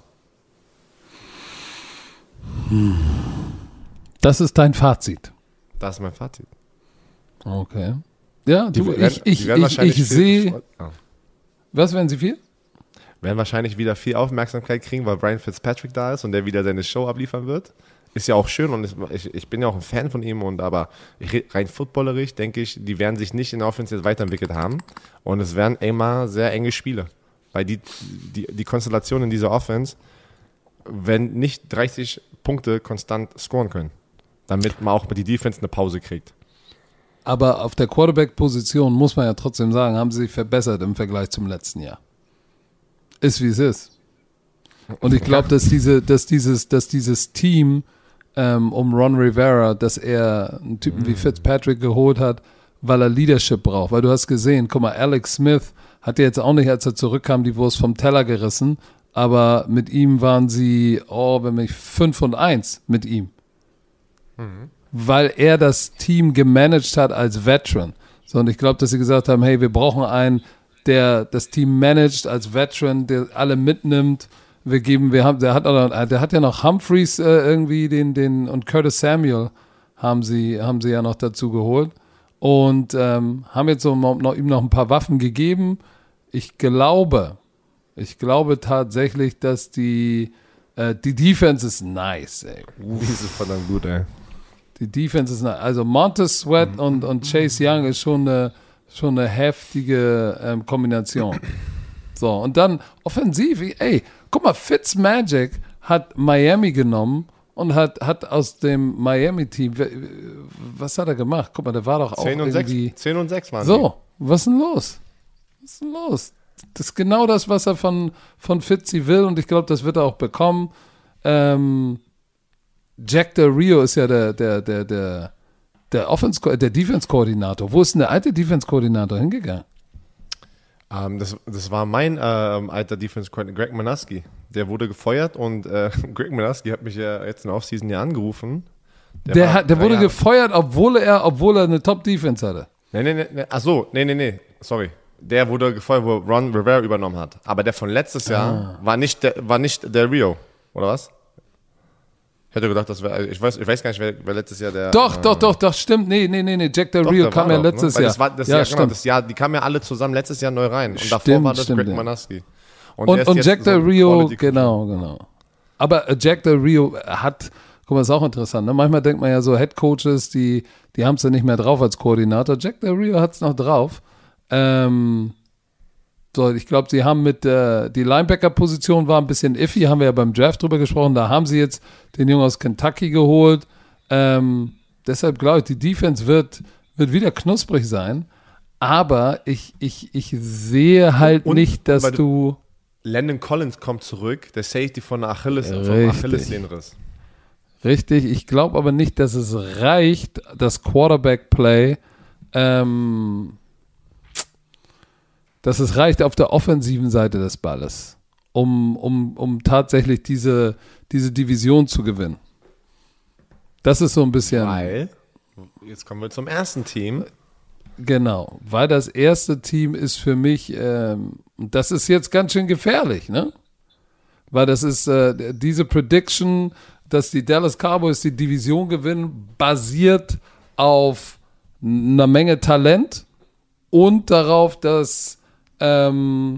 Das ist dein Fazit. Das ist mein Fazit. Okay. Ja, ich sehe... Was werden sie viel? Werden wahrscheinlich wieder viel Aufmerksamkeit kriegen, weil Ryan Fitzpatrick da ist und der wieder seine Show abliefern wird. Ist ja auch schön und ich bin ja auch ein Fan von ihm, aber rein footballerisch denke ich, die werden sich nicht in der Offense jetzt weiterentwickelt haben und es werden immer sehr enge Spiele, weil die Konstellation in dieser Offense, wenn nicht 30 Punkte konstant scoren können, damit man auch die Defense eine Pause kriegt. Aber auf der Quarterback-Position muss man ja trotzdem sagen, haben sie sich verbessert im Vergleich zum letzten Jahr. Ist wie es ist. Und ich glaube, dass dieses Team um Ron Rivera, dass er einen Typen wie Fitzpatrick geholt hat, weil er Leadership braucht. Weil du hast gesehen, guck mal, Alex Smith hat jetzt auch nicht, als er zurückkam, die Wurst vom Teller gerissen, aber mit ihm waren sie, 5-1 mit ihm. Weil er das Team gemanagt hat als Veteran. So, und ich glaube, dass sie gesagt haben, hey, wir brauchen einen, der das Team managt als Veteran, der alle mitnimmt. Der hat ja noch Humphreys irgendwie und Curtis Samuel haben sie ja noch dazu geholt und haben jetzt ihm noch ein paar Waffen gegeben. Ich glaube tatsächlich, dass die Defense ist nice, ey. Die ist verdammt gut, ey. Die Defense ist nice. Also Montez Sweat und Chase Young ist schon eine heftige Kombination. So, und dann offensiv, ey, guck mal, Fitzmagic hat Miami genommen und hat aus dem Miami-Team, was hat er gemacht? Guck mal, der war doch auch 10 und irgendwie... 10 und 6 waren So, was ist denn los? Das ist genau das, was er von Fitzy will und ich glaube, das wird er auch bekommen. Jack Del Rio ist ja der Defense-Koordinator. Wo ist denn der alte Defense-Koordinator hingegangen? Das war mein alter Defense-Coordinator, Greg Manaski. Der wurde gefeuert und Greg Manaski hat mich ja jetzt in der Offseason ja angerufen. Der wurde gefeuert, obwohl er eine Top-Defense hatte. Nee. Sorry. Der wurde gefeuert, wo Ron Rivera übernommen hat. Aber der von letztes Jahr war nicht Del Rio, oder was? Ich hätte gedacht, das wäre, ich weiß gar nicht, wer letztes Jahr der... Doch, stimmt. Nee. Jack Del Rio kam ja letztes Jahr. Das Jahr, die kamen ja alle zusammen letztes Jahr neu rein. Und davor war das Greg Manaski. Und Jack Del Rio, genau. Aber Jack Del Rio hat, guck mal, ist auch interessant, ne? Manchmal denkt man ja so, Head Coaches, die haben es ja nicht mehr drauf als Koordinator. Jack Del Rio hat es noch drauf. Ich glaube, sie haben die Linebacker-Position war ein bisschen iffy, haben wir ja beim Draft drüber gesprochen, da haben sie jetzt den Jungen aus Kentucky geholt. Deshalb glaube ich, die Defense wird wieder knusprig sein, aber ich sehe halt nicht, dass du... Landon Collins kommt zurück, der Safety vom Achillessehnenriss. Richtig, ich glaube aber nicht, dass es reicht, das Quarterback-Play, dass es reicht auf der offensiven Seite des Balles, um tatsächlich diese Division zu gewinnen. Das ist so ein bisschen... Weil, jetzt kommen wir zum ersten Team. Genau, weil das erste Team ist für mich, das ist jetzt ganz schön gefährlich, ne? Weil das ist diese Prediction, dass die Dallas Cowboys die Division gewinnen, basiert auf einer Menge Talent und darauf, dass alle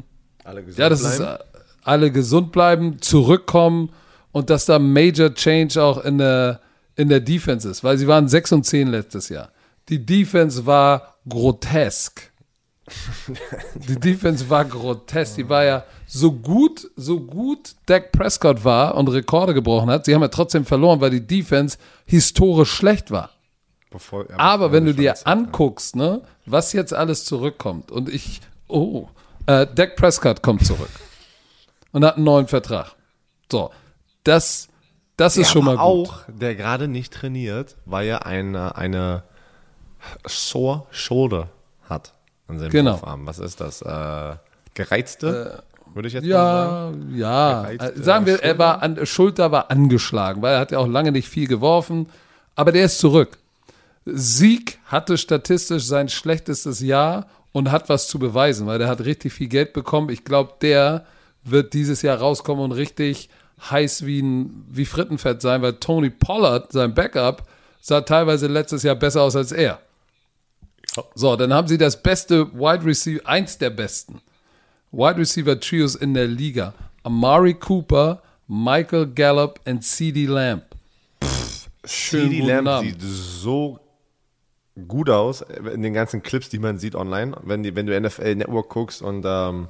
gesund bleiben, zurückkommen und dass da Major Change auch in der Defense ist, weil sie waren 6-10 letztes Jahr. Die Defense war grotesk. Die war ja so gut Dak Prescott war und Rekorde gebrochen hat. Sie haben ja trotzdem verloren, weil die Defense historisch schlecht war. Aber wenn du dir anguckst, ne, was jetzt alles zurückkommt und Dak Prescott kommt zurück und hat einen neuen Vertrag. So, das ist schon mal gut. Auch, der gerade nicht trainiert, weil er eine Sore Shoulder hat an seinem Wurfarm. Was ist das? Gereizte? Würde ich jetzt mal sagen. Ja. Sagen wir, Schulter war angeschlagen, weil er hat ja auch lange nicht viel geworfen, aber der ist zurück. Sieg hatte statistisch sein schlechtestes Jahr und hat was zu beweisen, weil der hat richtig viel Geld bekommen. Ich glaube, der wird dieses Jahr rauskommen und richtig heiß wie Frittenfett sein, weil Tony Pollard, sein Backup, sah teilweise letztes Jahr besser aus als er. So, dann haben sie das beste eins der besten Wide Receiver Trios in der Liga. Amari Cooper, Michael Gallup und CeeDee Lamb. CeeDee Lamb sieht so gut aus in den ganzen Clips, die man sieht online, wenn du NFL Network guckst und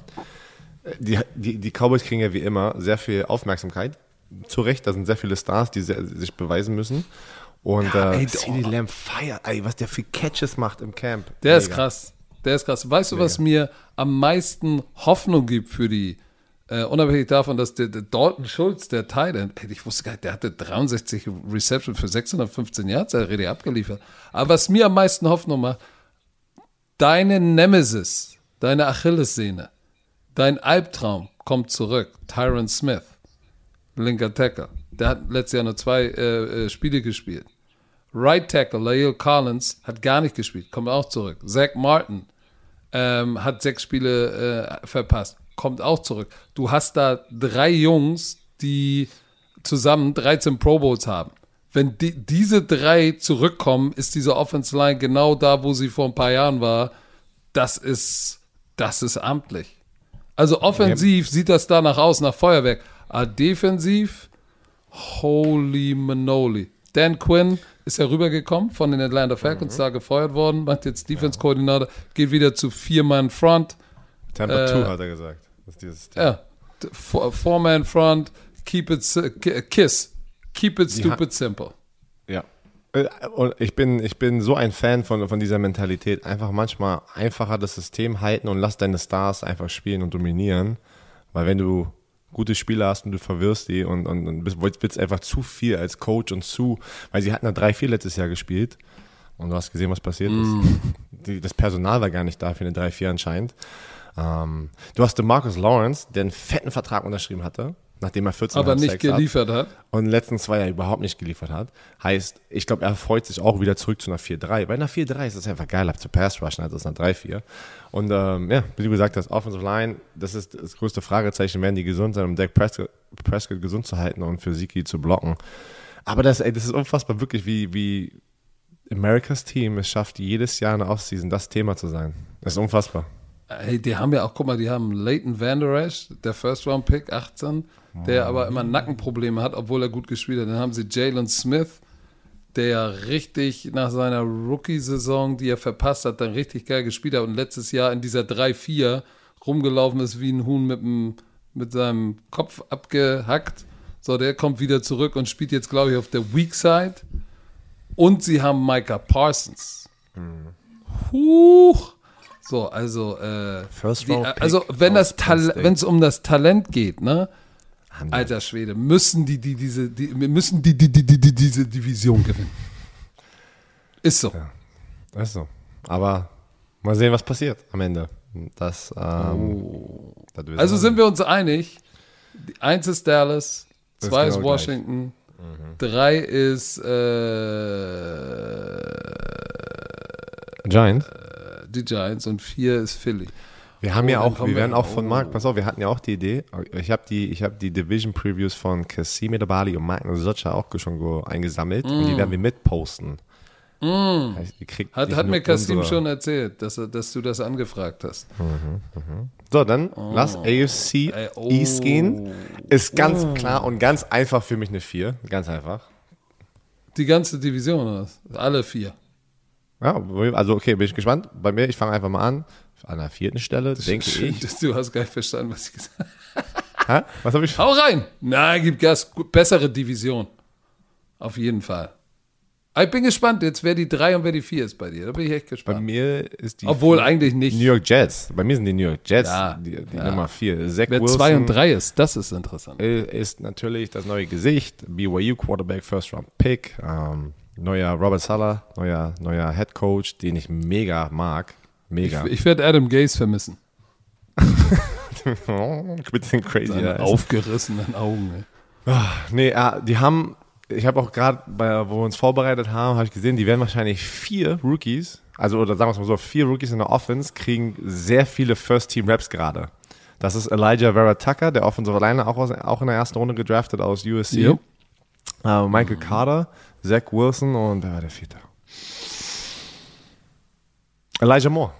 die Cowboys kriegen ja wie immer sehr viel Aufmerksamkeit. Zu Recht, da sind sehr viele Stars, die sich beweisen müssen. Und Ja, CeeDee Lamb feiert, was der für Catches macht im Camp. Der ist krass. Weißt du, was mir am meisten Hoffnung gibt für die, unabhängig davon, dass der Dalton Schultz, der Tight End, ich wusste gar nicht, der hatte 63 Reception für 615 Yards, der hat richtig abgeliefert. Aber was mir am meisten Hoffnung macht, deine Nemesis, deine Achillessehne, dein Albtraum kommt zurück. Tyron Smith, linker Tackle. Der hat letztes Jahr nur 2 Spiele gespielt. Right Tackle, La'el Collins, hat gar nicht gespielt, kommt auch zurück. Zach Martin hat 6 Spiele verpasst, kommt auch zurück. Du hast da 3 Jungs, die zusammen 13 Pro Bowls haben. Wenn diese 3 zurückkommen, ist diese Offensive Line genau da, wo sie vor ein paar Jahren war. Das ist amtlich. Also offensiv sieht das danach aus, nach Feuerwerk. Aber defensiv, holy manoli. Dan Quinn ist ja rübergekommen von den Atlanta Falcons, da gefeuert worden, macht jetzt Defense-Koordinator, geht wieder zu 4-Man-Front. Tampa 2 hat er gesagt. Das ist dieses Ja, 4-Man-Front, keep it stupid simple. Ja. Und ich bin so ein Fan von dieser Mentalität. Einfach manchmal einfacher das System halten und lass deine Stars einfach spielen und dominieren. Weil wenn du gute Spieler hast und du verwirrst die und willst einfach zu viel als Coach weil sie hatten ja 3-4 letztes Jahr gespielt und du hast gesehen, was passiert ist. Das Personal war gar nicht da für eine 3-4 anscheinend. Du hast DeMarcus Lawrence, der einen fetten Vertrag unterschrieben hatte, nachdem er 14 aber nicht geliefert hat. Und in den letzten 2 Jahren überhaupt nicht geliefert hat. Heißt, ich glaube, er freut sich auch wieder zurück zu einer 4-3. Bei einer 4-3 ist es einfach geiler zu Pass-Rushen als einer 3-4. Und wie du gesagt hast, Offensive Line, das ist das größte Fragezeichen, werden die gesund sein, um Dak Prescott gesund zu halten und für Zeke zu blocken. Aber das ist unfassbar wirklich, wie Americas Team es schafft, jedes Jahr in der Offseason das Thema zu sein. Das ist unfassbar. Hey, die haben ja auch, guck mal, die haben Leighton Vander Esch, der First-Round-Pick, 18, der aber immer Nackenprobleme hat, obwohl er gut gespielt hat. Dann haben sie Jalen Smith, der ja richtig nach seiner Rookie-Saison, die er verpasst hat, dann richtig geil gespielt hat und letztes Jahr in dieser 3-4 rumgelaufen ist wie ein Huhn mit seinem Kopf abgehackt. So, der kommt wieder zurück und spielt jetzt, glaube ich, auf der Weak Side. Und sie haben Parsons. Huch! So, also, wenn es um das Talent geht, ne? Alter Schwede, müssen diese Division gewinnen. Ist so. Ja, ist so. Aber mal sehen, was passiert am Ende. Also sind wir uns einig, 1 ist Dallas, 2 ist Washington, 3 ist Giants. Die Giants und 4 ist Philly. Wir werden auch von Marc, pass auf, wir hatten ja auch die Idee, ich habe die Division Previews von Kassim Edebali und Mark Socha auch schon eingesammelt und die werden wir mitposten. Hat mir Kassim schon erzählt, dass du das angefragt hast. So, dann lass AFC East gehen. Ist ganz klar und ganz einfach für mich eine 4. Ganz einfach. Die ganze Division, oder was? Alle 4. Ja, also okay, bin ich gespannt. Bei mir, ich fange einfach mal an der 4. Stelle, denke ich. Du hast gar nicht verstanden, was ich gesagt habe. Hä? Was habe ich? Hau rein! Nein, gibt Gas. Bessere Division. Auf jeden Fall. Ich bin gespannt jetzt, wer die 3 und wer die 4 ist bei dir. Da bin ich echt gespannt. Bei mir ist die Obwohl eigentlich nicht. New York Jets. Bei mir sind die New York Jets die Nummer 4. Zach wer Wilson 2 und 3 ist, das ist interessant. Ist natürlich das neue Gesicht. BYU Quarterback, First Round Pick. Neuer Robert Saleh, neuer Head Coach, den ich mega mag. Mega. Ich werde Adam Gase vermissen. Mit den crazy Seine aufgerissenen Augen. Die haben, ich habe auch gerade, wo wir uns vorbereitet haben, habe ich gesehen, die werden wahrscheinlich 4 Rookies, oder sagen wir es mal so, 4 Rookies in der Offense kriegen sehr viele First-Team-Raps gerade. Das ist Elijah Vera Tucker, der Offensive Liner, auch in der ersten Runde gedraftet aus USC. Yep. Michael Carter, Zach Wilson und wer war der 4.? Elijah Moore.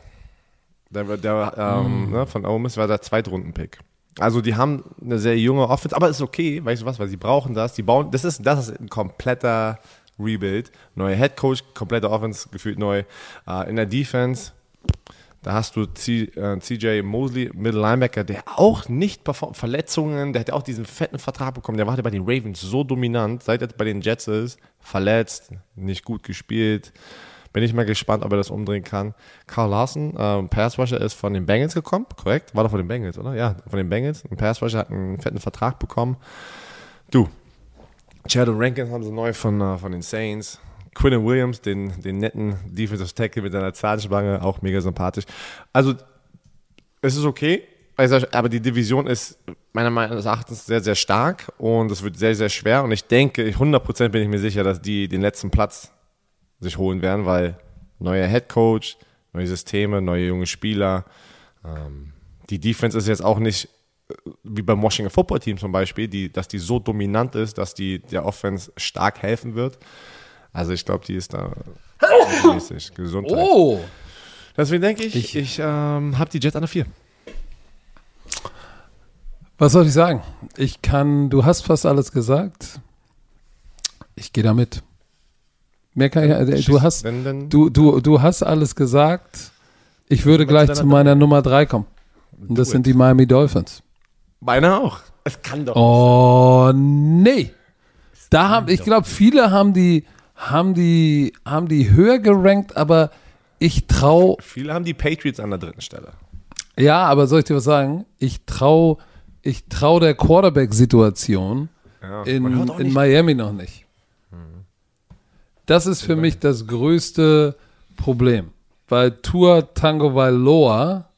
Der von Ole Miss war der Zweitrunden-Pick. Also die haben eine sehr junge Offense, aber ist okay, weißt du was, weil sie brauchen das. Das ist ein kompletter Rebuild. Neuer Headcoach, komplette Offense, gefühlt neu. In der Defense, Da hast du CJ Mosley, Middle Linebacker, der auch nicht performt, Verletzungen, der hat ja auch diesen fetten Vertrag bekommen, der war bei den Ravens so dominant, seit er bei den Jets ist, verletzt, nicht gut gespielt. Bin ich mal gespannt, ob er das umdrehen kann. Carl Lawson, Pass Rusher, ist von den Bengals gekommen, korrekt? War doch von den Bengals, oder? Ja, von den Bengals. Ein Pass Rusher hat einen fetten Vertrag bekommen. Du, Sheldon Rankins haben sie neu von den Saints. Quinnen Williams, den netten Defensive Tackle mit seiner Zahnspange, auch mega sympathisch. Also, es ist okay, aber die Division ist meiner Meinung nach sehr, sehr stark und es wird sehr, sehr schwer. Und ich denke, 100% bin ich mir sicher, dass die den letzten Platz sich holen werden, weil neuer Headcoach, neue Systeme, neue junge Spieler. Die Defense ist jetzt auch nicht wie beim Washington Football Team zum Beispiel, dass die so dominant ist, dass die der Offense stark helfen wird. Also ich glaube, die ist da mäßig Gesundheit. Oh! Deswegen denke ich habe die Jets an der 4. Was soll ich sagen? Du hast fast alles gesagt. Ich gehe da mit. Mehr kann ich, du hast alles gesagt. Ich würde gleich zu meiner Nummer 3 kommen. Und das sind die Miami Dolphins. Meine auch. Es kann doch nicht sein. Nee. Ich glaube, viele haben die höher gerankt, aber ich traue. Viele haben die Patriots an der 3. Stelle. Ja, aber soll ich dir was sagen? Ich trau der Quarterback-Situation in Miami noch nicht. Das ist für mich das größte Problem, weil Tua Tagovailoa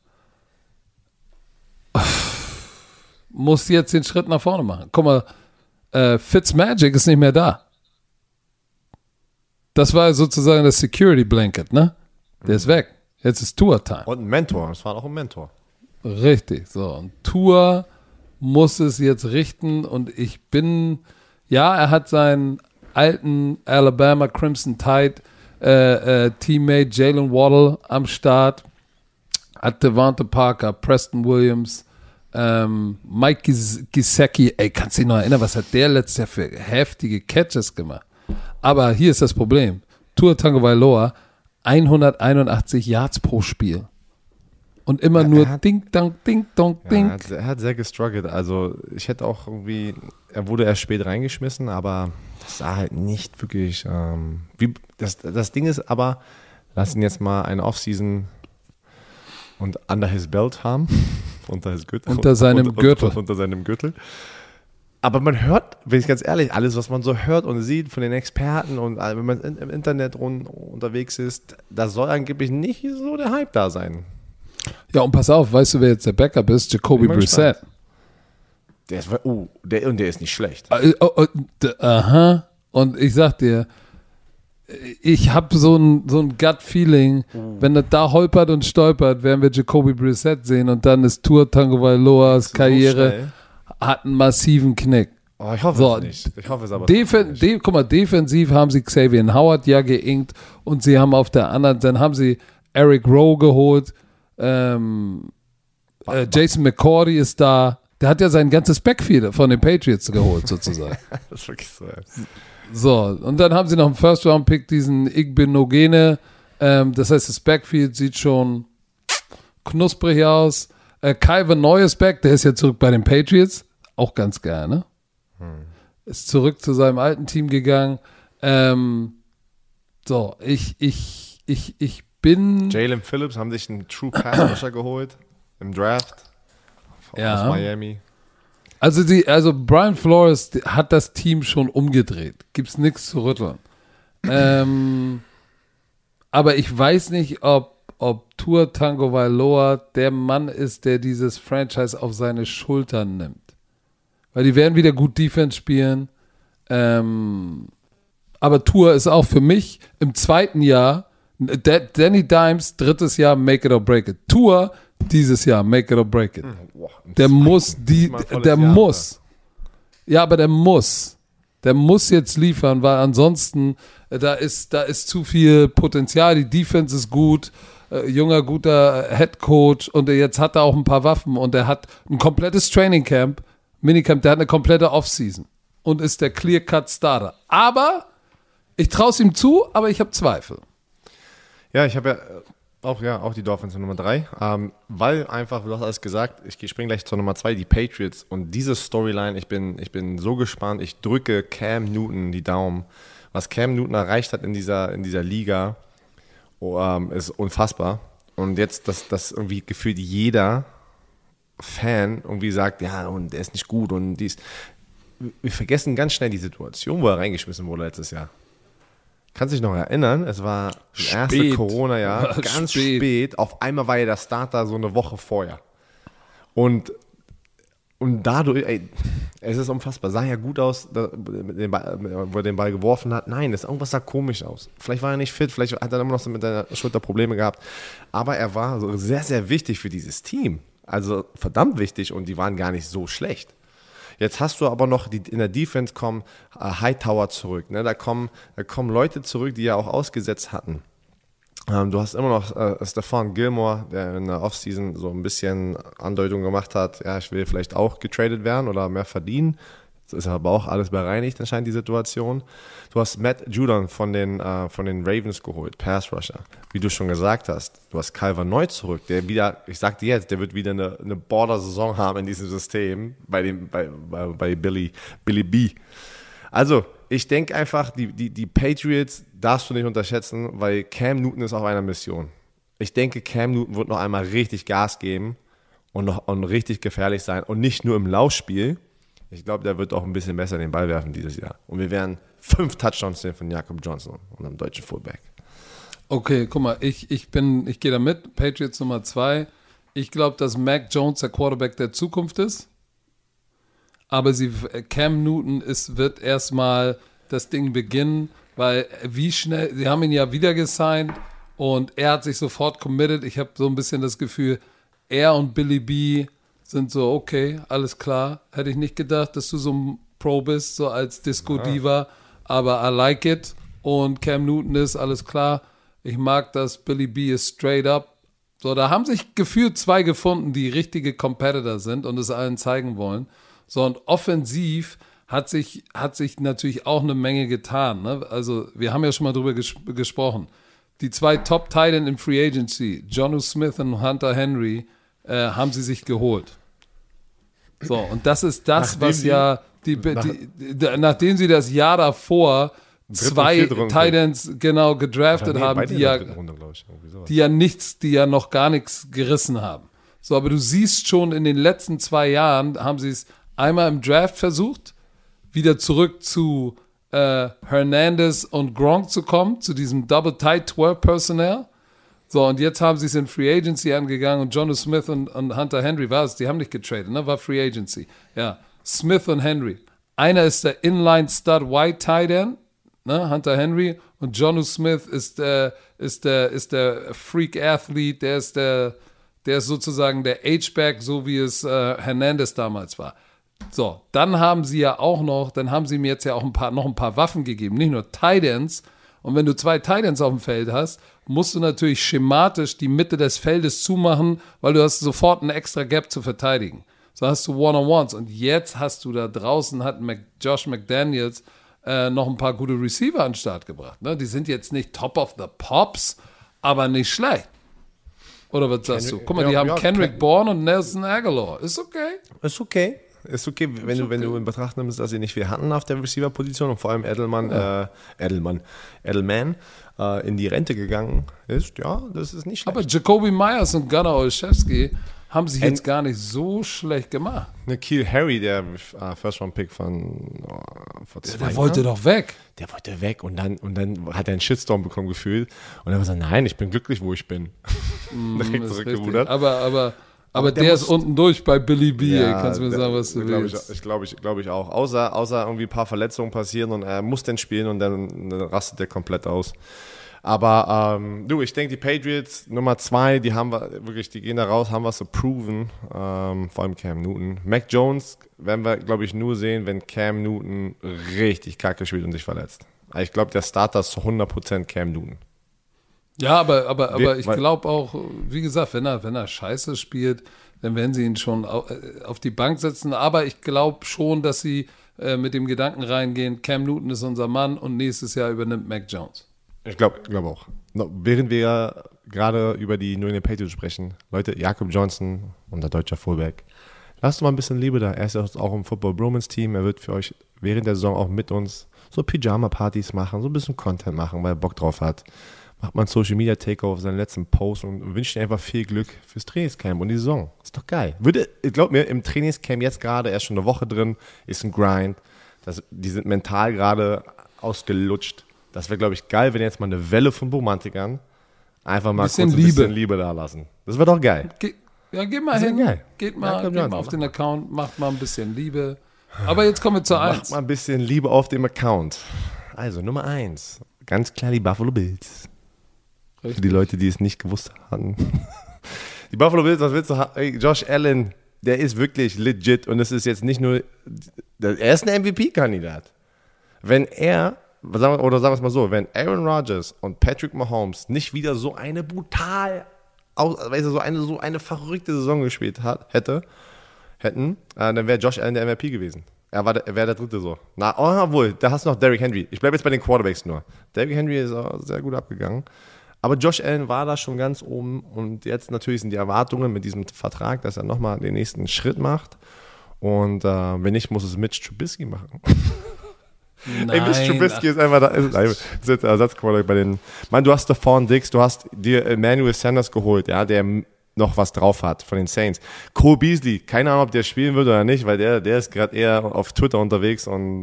muss jetzt den Schritt nach vorne machen. Guck mal, Fitzmagic ist nicht mehr da. Das war sozusagen das Security Blanket, ne? Der ist weg. Jetzt ist Tua-Time. Und ein Mentor, das war auch ein Mentor. Richtig, so. Und Tua muss es jetzt richten und er hat seinen alten Alabama Crimson Tide Teammate Jalen Waddle am Start, hat Devonta Parker, Preston Williams, Mike Gesicki, kannst du dich noch erinnern, was hat der letztes Jahr für heftige Catches gemacht? Aber hier ist das Problem. Tua Tagovailoa, 181 Yards pro Spiel. Und immer nur Ding-Dong, Ding-Dong, Ding. Er hat sehr gestruggelt. Also ich hätte auch irgendwie, er wurde erst spät reingeschmissen, aber das sah halt nicht wirklich, das Ding ist aber, lass ihn jetzt mal eine Offseason und under his belt haben. Unter seinem Gürtel. Aber man hört, bin ich ganz ehrlich, alles, was man so hört und sieht von den Experten und wenn man im Internet unterwegs ist, da soll angeblich nicht so der Hype da sein. Ja, und pass auf, weißt du, wer jetzt der Backup ist? Jacoby Brissett. Der ist nicht schlecht. Aha. Und ich sag dir, ich habe so ein Gut-Feeling, wenn das da holpert und stolpert, werden wir Jacoby Brissett sehen und dann ist Tua Tagovailoas Karriere hat einen massiven Knick. Oh, ich hoffe es nicht. Ich hoffe es aber nicht. Guck mal, defensiv haben sie Xavier Howard ja geinkt und sie haben auf der anderen, dann haben sie Eric Rowe geholt, Jason McCourty ist da. Der hat ja sein ganzes Backfield von den Patriots geholt, sozusagen. Das ist wirklich so. So, und dann haben sie noch einen First-Round-Pick, diesen Igbenogene. Das heißt, das Backfield sieht schon knusprig aus. Calvin Neues Back, der ist ja zurück bei den Patriots. Auch ganz geil, ne? Ist zurück zu seinem alten Team gegangen. Ich bin... Jalen Phillips haben sich einen True Pass Rusher geholt im Draft aus Miami. Also Brian Flores hat das Team schon umgedreht. Gibt's nichts zu rütteln. Aber ich weiß nicht, ob Tua Tagovailoa der Mann ist, der dieses Franchise auf seine Schultern nimmt. Weil die werden wieder gut Defense spielen. Aber Tua ist auch für mich im zweiten Jahr, Danny Dimes, 3. Jahr, make it or break it. Tua, dieses Jahr, make it or break it. Der muss. Ja, aber der muss. Der muss jetzt liefern, weil ansonsten, da ist zu viel Potenzial. Die Defense ist gut. Junger, guter Head Coach und jetzt hat er auch ein paar Waffen und er hat ein komplettes Training Camp, Minicamp, der hat eine komplette Offseason und ist der Clear-Cut-Starter. Aber ich traue es ihm zu, aber ich habe Zweifel. Ja, ich habe ja Auch die Dolphins Nummer 3. Weil einfach, du hast alles gesagt, ich springe gleich zur Nummer 2, die Patriots. Und diese Storyline, ich bin so gespannt. Ich drücke Cam Newton die Daumen. Was Cam Newton erreicht hat in dieser Liga, ist unfassbar. Und jetzt, dass irgendwie gefühlt jeder Fan irgendwie sagt, ja, und der ist nicht gut und dies. Wir vergessen ganz schnell die Situation, wo er reingeschmissen wurde letztes Jahr. Kannst du dich noch erinnern? Es war das erste Corona-Jahr, ganz spät. Auf einmal war ja der Starter so eine Woche vorher. Und dadurch, es ist unfassbar. Sah ja gut aus, wo er den Ball geworfen hat. Nein, irgendwas sah komisch aus. Vielleicht war er nicht fit, vielleicht hat er immer noch so mit seiner Schulter Probleme gehabt. Aber er war so sehr, sehr wichtig für dieses Team. Also verdammt wichtig und die waren gar nicht so schlecht. Jetzt hast du aber noch, in der Defense kommen Hightower zurück. Ne? Da kommen Leute zurück, die ja auch ausgesetzt hatten. Du hast immer noch Stephon Gilmore, der in der Offseason so ein bisschen Andeutung gemacht hat, ja, ich will vielleicht auch getradet werden oder mehr verdienen. Das ist aber auch alles bereinigt, anscheinend die Situation. Du hast Matt Judon von den Ravens geholt, Pass Rusher. Wie du schon gesagt hast, du hast Calvin Neu zurück, der wieder, ich sag dir jetzt, der wird wieder eine Border-Saison haben in diesem System bei Billy B. Also, ich denke einfach, die Patriots darfst du nicht unterschätzen, weil Cam Newton ist auf einer Mission. Ich denke, Cam Newton wird noch einmal richtig Gas geben und richtig gefährlich sein und nicht nur im Laufspiel. Ich glaube, der wird auch ein bisschen besser den Ball werfen dieses Jahr. Und wir werden 5 Touchdowns sehen von Jakob Johnson und einem deutschen Fullback. Okay, guck mal, ich gehe da mit. Patriots Nummer 2. Ich glaube, dass Mac Jones der Quarterback der Zukunft ist. Aber Cam Newton wird erstmal das Ding beginnen, weil wie schnell, sie haben ihn ja wieder gesigned und er hat sich sofort committed. Ich habe so ein bisschen das Gefühl, er und Billy B sind so, okay, alles klar. Hätte ich nicht gedacht, dass du so ein Pro bist, so als Disco-Diva, aber I like it. Und Cam Newton ist, alles klar. Ich mag das, Billy B ist straight up. So, da haben sich gefühlt 2 gefunden, die richtige Competitor sind und es allen zeigen wollen. So, und offensiv hat sich natürlich auch eine Menge getan. Ne? Also, wir haben ja schon mal drüber gesprochen. Die 2 Top-Titan in Free Agency, Jonnu Smith und Hunter Henry, haben sie sich geholt. So, und das ist das, nachdem sie das Jahr davor 2 Titans genau gedraftet haben, die ja noch gar nichts gerissen haben. So, aber du siehst schon, in den letzten 2 Jahren haben sie es einmal im Draft versucht, wieder zurück zu Hernandez und Gronk zu kommen, zu diesem Double Tight 12 Personnel. So, und jetzt haben sie es in Free Agency angegangen und Jonnu Smith und Hunter Henry die haben nicht getradet, ne? War Free Agency. Ja, Smith und Henry. Einer ist der Inline Stud White Tight End, ne? Hunter Henry, und Jonnu Smith ist der Freak Athlete, der ist sozusagen der H-Back, so wie es Hernandez damals war. So, dann haben sie ihm jetzt ja auch noch ein paar Waffen gegeben, nicht nur Tight Ends. Und wenn du 2 Tight Ends auf dem Feld hast, musst du natürlich schematisch die Mitte des Feldes zumachen, weil du hast sofort einen extra Gap zu verteidigen. So hast du One-on-Ones. Und jetzt hast du da draußen, hat Josh McDaniels noch ein paar gute Receiver an den Start gebracht. Ne? Die sind jetzt nicht top of the pops, aber nicht schlecht. Oder was sagst du? Guck mal, die haben Kendrick Bourne und Nelson Aguilar. Ist okay. Ist okay, wenn du in Betracht nimmst, dass sie nicht viel hatten auf der Receiver-Position und vor allem Edelman in die Rente gegangen ist. Ja, das ist nicht schlecht. Aber Jacoby Myers und Gunnar Olszewski haben sich jetzt gar nicht so schlecht gemacht. N'Keal Harry, der First-Round-Pick von vor 2 Jahren. Der wollte doch weg. Der wollte weg und dann hat er einen Shitstorm bekommen gefühlt. Und dann war er so, nein, ich bin glücklich, wo ich bin. Direkt zurückgerudert. Aber der ist unten durch bei Billy B. Ja, kannst du mir sagen, was du willst? Ich glaube ich auch. Außer irgendwie ein paar Verletzungen passieren und er muss dann spielen und dann rastet der komplett aus. Aber ich denke, die Patriots Nummer 2, die gehen da raus, haben was zu proven. Vor allem Cam Newton. Mac Jones werden wir, glaube ich, nur sehen, wenn Cam Newton richtig kacke spielt und sich verletzt. Ich glaube, der Starter ist zu 100% Cam Newton. Ja, aber ich glaube auch, wie gesagt, wenn er Scheiße spielt, dann werden sie ihn schon auf die Bank setzen. Aber ich glaube schon, dass sie mit dem Gedanken reingehen, Cam Newton ist unser Mann und nächstes Jahr übernimmt Mac Jones. Ich glaube auch. Während wir gerade über die New England Patriots sprechen, Leute, Jakob Johnson, unser deutscher Fullback, lasst mal ein bisschen Liebe da. Er ist auch im Football Bromance Team. Er wird für euch während der Saison auch mit uns so Pyjama-Partys machen, so ein bisschen Content machen, weil er Bock drauf hat. Macht mal ein Social Media Takeover auf seinen letzten Post und wünscht ihm einfach viel Glück fürs Trainingscamp und die Saison. Ist doch geil. Glaub mir, im Trainingscamp jetzt gerade, er ist schon eine Woche drin, ist ein Grind. Die sind mental gerade ausgelutscht. Das wäre, glaube ich, geil, wenn jetzt mal eine Welle von Romantikern einfach mal kurz ein bisschen Liebe da lassen. Das wäre doch geil. Geht mal hin. Geil. Geht mal auf den Account, macht mal ein bisschen Liebe. Aber jetzt kommen wir zur 1. Macht mal ein bisschen Liebe auf dem Account. Also Nummer 1. Ganz klar die Buffalo Bills. Richtig. Für die Leute, die es nicht gewusst hatten. Die Buffalo Bills, was willst du haben? Ey, Josh Allen, der ist wirklich legit und es ist jetzt nicht nur, er ist ein MVP-Kandidat. Wenn er, sagen wir es mal so, wenn Aaron Rodgers und Patrick Mahomes nicht wieder so eine so eine verrückte Saison gespielt hätten, dann wäre Josh Allen der MVP gewesen. Er wäre der dritte so. Obwohl, da hast du noch Derrick Henry. Ich bleibe jetzt bei den Quarterbacks nur. Derrick Henry ist auch sehr gut abgegangen. Aber Josh Allen war da schon ganz oben und jetzt natürlich sind die Erwartungen mit diesem Vertrag, dass er nochmal den nächsten Schritt macht. Und wenn nicht, muss es Mitch Trubisky machen. Ey, Mitch Trubisky ist einfach da. Ist jetzt der Ersatzquarterback bei den. Mann, du hast Stephon Diggs, du hast dir Emmanuel Sanders geholt, ja, der noch was drauf hat von den Saints. Cole Beasley, keine Ahnung, ob der spielen wird oder nicht, weil der ist gerade eher auf Twitter unterwegs und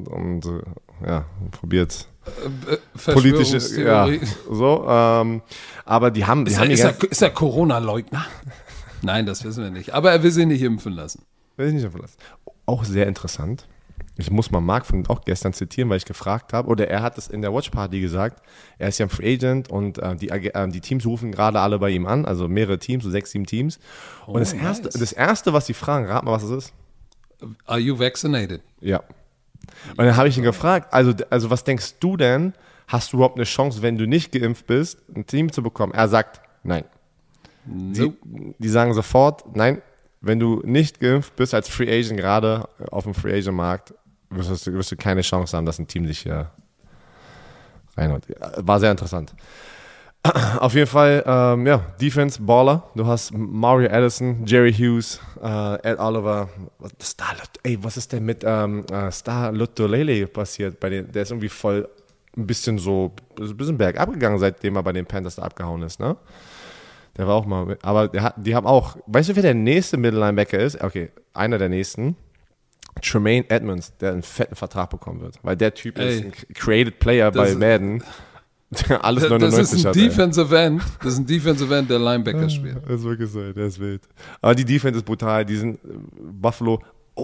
probiert politische, so. Aber die haben. Ist er Corona-Leugner? Nein, das wissen wir nicht. Aber er will sich nicht impfen lassen. Auch sehr interessant. Ich muss mal Marc von auch gestern zitieren, weil ich gefragt habe, oder er hat es in der Watch Party gesagt, er ist ja ein Free Agent und die Teams rufen gerade alle bei ihm an, also mehrere Teams, so 6, 7 Teams. Und das Erste, was sie fragen, rat mal, was es ist. Are you vaccinated? Ja. Und dann habe ich ihn gefragt, also was denkst du denn, hast du überhaupt eine Chance, wenn du nicht geimpft bist, ein Team zu bekommen? Er sagt, nein. Nope. Die sagen sofort, nein, wenn du nicht geimpft bist als Free Agent, gerade auf dem Free Agent Markt, wirst du keine Chance haben, dass ein Team dich hier reinholt. War sehr interessant. Auf jeden Fall, Defense, Baller. Du hast Mario Addison, Jerry Hughes, Ed Oliver. Was ist denn mit Star Lotulelei passiert? Der ist irgendwie voll ein bisschen bergab gegangen, seitdem er bei den Panthers da abgehauen ist, ne? Der war auch mal, aber die haben auch, weißt du, wer der nächste Middle Linebacker ist? Okay, einer der nächsten. Tremaine Edmonds, der einen fetten Vertrag bekommen wird. Weil der Typ ist ein Created Player bei Madden, der alles 99 hat. Das ist ein Defensive End, der Linebacker spielt. Das ist wirklich so, der ist wild. Aber die Defense ist brutal, die sind Buffalo.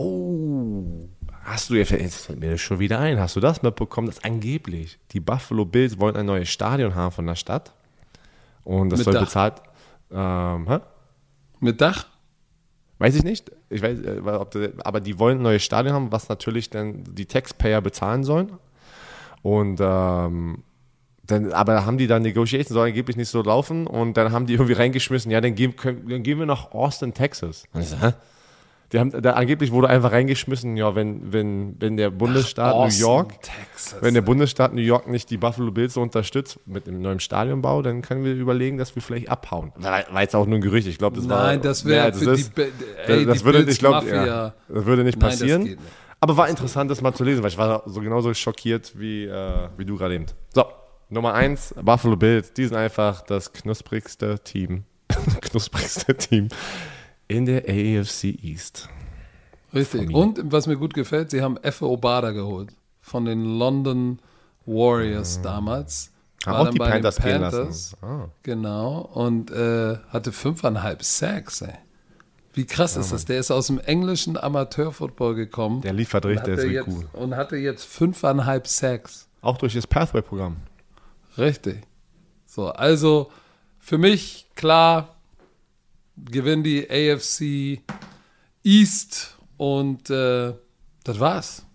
Jetzt fällt mir das schon wieder ein. Hast du das mitbekommen, dass angeblich die Buffalo Bills wollen ein neues Stadion haben von der Stadt? Und das soll bezahlt. Mit Dach? Weiß ich nicht. Aber die wollen ein neues Stadion haben, was natürlich dann die Taxpayer bezahlen sollen. Und aber haben die dann Negotiations, soll angeblich nicht so laufen. Und dann haben die irgendwie reingeschmissen, ja, dann gehen wir nach Austin, Texas. Angeblich wurde einfach reingeschmissen, ja, wenn der Bundesstaat New York, Texas, wenn der Bundesstaat New York nicht die Buffalo Bills so unterstützt mit dem neuen Stadionbau, dann können wir überlegen, dass wir vielleicht abhauen. War jetzt auch nur ein Gerücht. Ich glaube, das wäre das würde nicht passieren. Das geht nicht. Aber war interessant, das mal zu lesen, weil ich war so genauso schockiert wie du gerade eben. So, Nummer 1, Buffalo Bills. Die sind einfach das knusprigste Team in der AFC East. Richtig. Und was mir gut gefällt, sie haben Efe Obada geholt. Von den London Warriors damals. Haben auch die Panthers gehen lassen. Genau. Und hatte 5,5 Sacks, ey. Wie krass ist das? Der ist aus dem englischen Amateurfootball gekommen. Der liefert richtig, der ist richtig gut. Und hatte jetzt 5,5 Sacks. Auch durch das Pathway-Programm. Richtig. So, also für mich klar, gewinnen die AFC East und das war's.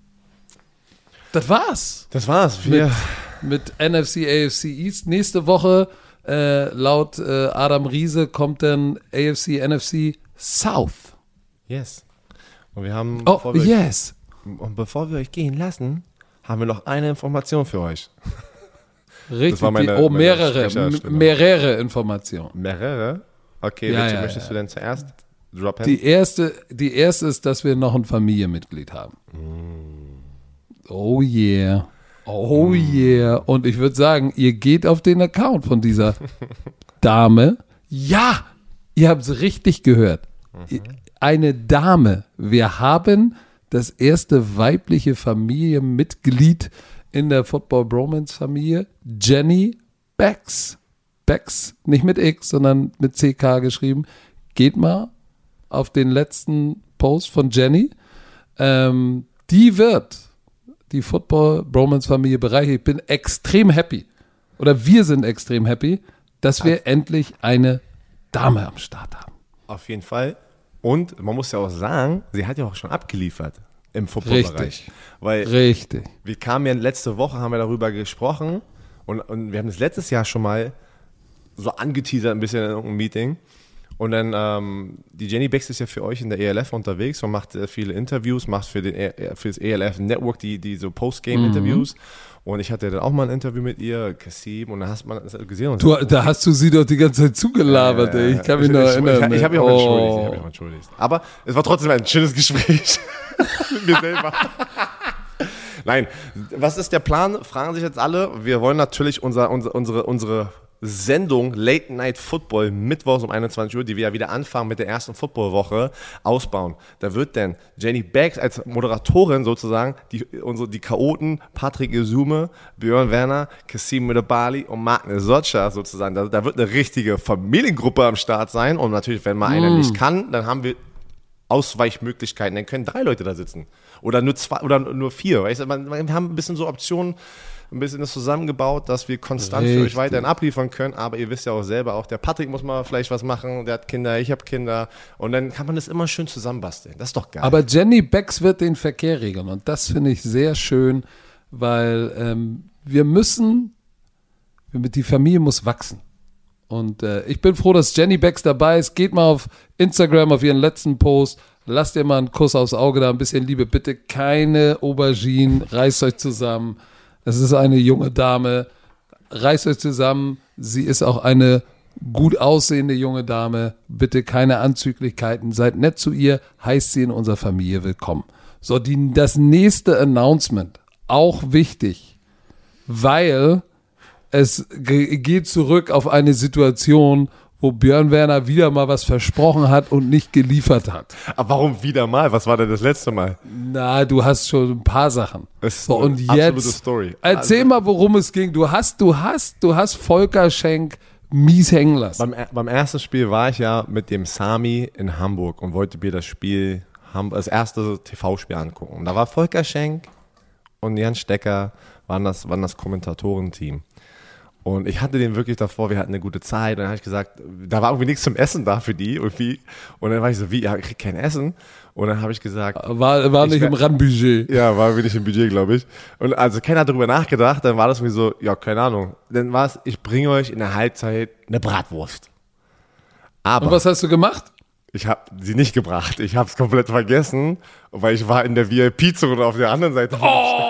Mit NFC, AFC East. Nächste Woche, laut Adam Riese, kommt dann AFC, NFC South. Yes. Und wir haben, yes. Bevor wir euch gehen lassen, haben wir noch eine Information für euch. Richtig, Das war meine, mehrere Informationen. Mehrere? Okay, Ja, welche möchtest du denn zuerst droppen? Die erste ist, dass wir noch ein Familienmitglied haben. Oh yeah. Oh yeah. Und ich würde sagen, ihr geht auf den Account von dieser Dame. Ja, ihr habt es richtig gehört. Eine Dame. Wir haben das erste weibliche Familienmitglied in der Football Bromance Familie, Jenny Becks. Becks, nicht mit X, sondern mit CK geschrieben. Geht mal auf den letzten Post von Jenny. Die wird die Football Bromance Familie bereichern. Ich bin extrem happy. Oder wir sind extrem happy, dass wir endlich eine Dame am Start haben. Auf jeden Fall. Und man muss ja auch sagen, sie hat ja auch schon abgeliefert im Footballbereich. Richtig. Wir kamen ja letzte Woche, haben wir darüber gesprochen und wir haben das letztes Jahr schon mal so angeteasert ein bisschen in irgendeinem Meeting. Und dann, die Jenny Becks ist ja für euch in der ELF unterwegs und macht viele Interviews, macht für das ELF Network die so Postgame-Interviews. Und ich hatte dann auch mal ein Interview mit ihr, Kassim, und da hast man das gesehen. Und Da hast du sie doch die ganze Zeit zugelabert, ey. Ich kann mich noch erinnern. Ich habe mich auch entschuldigt. Aber es war trotzdem ein schönes Gespräch mit mir selber. Nein, was ist der Plan? Fragen sich jetzt alle. Wir wollen natürlich unsere Sendung Late Night Football mittwochs um 21 Uhr, die wir ja wieder anfangen mit der ersten Footballwoche, ausbauen. Da wird dann Jenny Becks als Moderatorin sozusagen die Chaoten, Patrick Isume, Björn Werner, Kassim Müller-Bali und Magne Socha sozusagen. Da wird eine richtige Familiengruppe am Start sein und natürlich, wenn mal einer nicht kann, dann haben wir Ausweichmöglichkeiten. Dann können 3 Leute da sitzen. Oder nur 2 oder nur 4. Weißt du, wir haben ein bisschen so Optionen, ein bisschen das zusammengebaut, dass wir konstant für euch weiterhin abliefern können. Aber ihr wisst ja auch selber, auch der Patrick muss mal vielleicht was machen. Der hat Kinder, ich habe Kinder. Und dann kann man das immer schön zusammenbasteln. Das ist doch geil. Aber Jenny Becks wird den Verkehr regeln. Und das finde ich sehr schön, weil die Familie muss wachsen. Und ich bin froh, dass Jenny Becks dabei ist. Geht mal auf Instagram, auf ihren letzten Post. Lasst ihr mal einen Kuss aufs Auge da, ein bisschen Liebe. Bitte keine Auberginen. Reißt euch zusammen. Es ist eine junge Dame. Reißt euch zusammen. Sie ist auch eine gut aussehende junge Dame. Bitte keine Anzüglichkeiten. Seid nett zu ihr. Heißt sie in unserer Familie willkommen. So, das nächste Announcement. Auch wichtig. Weil es geht zurück auf eine Situation, wo Björn Werner wieder mal was versprochen hat und nicht geliefert hat. Aber warum wieder mal? Was war denn das letzte Mal? Na, du hast schon ein paar Sachen. Das ist eine absolute Story. Erzähl mal, worum es ging. Du hast Volker Schenk mies hängen lassen. Beim ersten Spiel war ich ja mit dem Sami in Hamburg und wollte mir das erste TV-Spiel angucken. Und da war Volker Schenk und Jan Stecker waren das Kommentatorenteam. Und ich hatte den wirklich davor, wir hatten eine gute Zeit. Und dann habe ich gesagt, da war irgendwie nichts zum Essen da für die irgendwie. Und dann war ich so, ich krieg kein Essen. Und dann habe ich gesagt, war nicht im Randbudget. Ja, war wirklich im Budget, glaube ich. Und also keiner hat darüber nachgedacht. Dann war das irgendwie so, ja, keine Ahnung. Dann war es, ich bringe euch in der Halbzeit eine Bratwurst. Aber und was hast du gemacht? Ich habe sie nicht gebracht. Ich habe es komplett vergessen, weil ich war in der VIP-Zone auf der anderen Seite.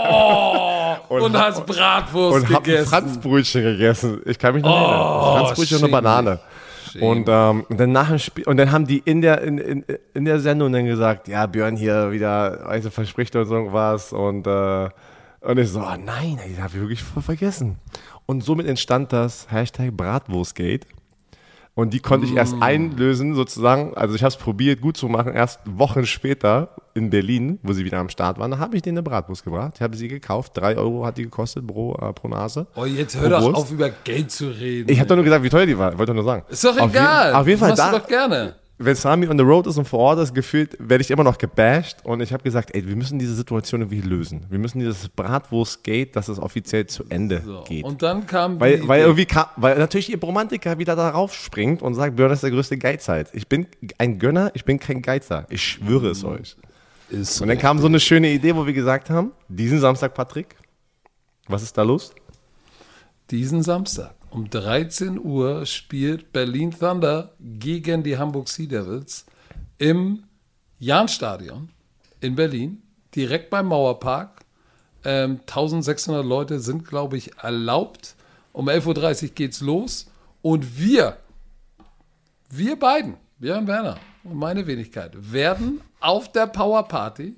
Und hast Bratwurst gegessen. Und habe Franzbrötchen gegessen. Ich kann mich noch erinnern. Franzbrötchen und eine Banane. Und dann nach dem Spiel, und dann haben die in der Sendung dann gesagt, ja, Björn hier wieder, verspricht uns irgendwas. Und ich so, nein, das habe ich wirklich voll vergessen. Und somit entstand das #Bratwurstgate. Und die konnte ich erst einlösen, sozusagen. Also ich habe es probiert, gut zu machen. Erst Wochen später in Berlin, wo sie wieder am Start waren, da habe ich denen eine Bratwurst gebracht. Ich habe sie gekauft. 3 € hat die gekostet pro Nase. Oh, jetzt hör doch auf, über Geld zu reden. Ich habe doch nur gesagt, wie teuer die war. Ich wollte doch nur sagen. Ist doch egal. Auf jeden Fall. Machst du doch gerne. Wenn Sami on the road ist und vor Ort ist, gefühlt werde ich immer noch gebasht. Und ich habe gesagt, wir müssen diese Situation irgendwie lösen. Wir müssen dieses Bratwurst-Gate, dass es offiziell zu Ende geht. Und dann kam weil natürlich ihr Romantiker wieder darauf springt und sagt, Björn ist der größte Geizer. Ich bin ein Gönner, ich bin kein Geizer. Ich schwöre es euch. Und dann kam so eine schöne Idee, wo wir gesagt haben, diesen Samstag, Patrick, was ist da los? Diesen Samstag um 13 Uhr spielt Berlin Thunder gegen die Hamburg Sea Devils im Jahnstadion in Berlin, direkt beim Mauerpark. 1600 Leute sind, glaube ich, erlaubt. Um 11.30 Uhr geht's los. Und wir beiden, Björn Werner und meine Wenigkeit, werden auf der Power Party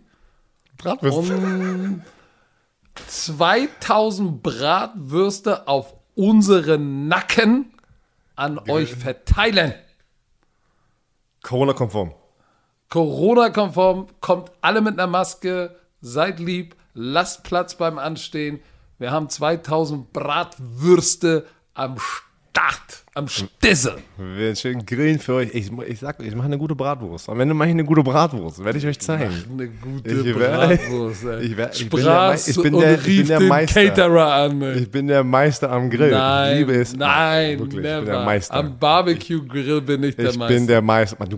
um 2000 Bratwürste auf unseren Nacken an euch verteilen. Corona-konform. Corona-konform, kommt alle mit einer Maske, seid lieb, lasst Platz beim Anstehen. Wir haben 2000 Bratwürste am Start, am Stissel. Wir werden schön grillen für euch. Ich sag euch, ich mache eine gute Bratwurst. Am Ende mache ich eine gute Bratwurst, werde ich euch zeigen. Eine gute Bratwurst, ey. Ich bin der Meister. Caterer an, ey. Ich bin der Meister am Grill. Nein, ich liebe es. nein, wirklich, never. Ich bin der Meister. Am Barbecue-Grill bin ich der Ich Meister. bin der Meister. Mann,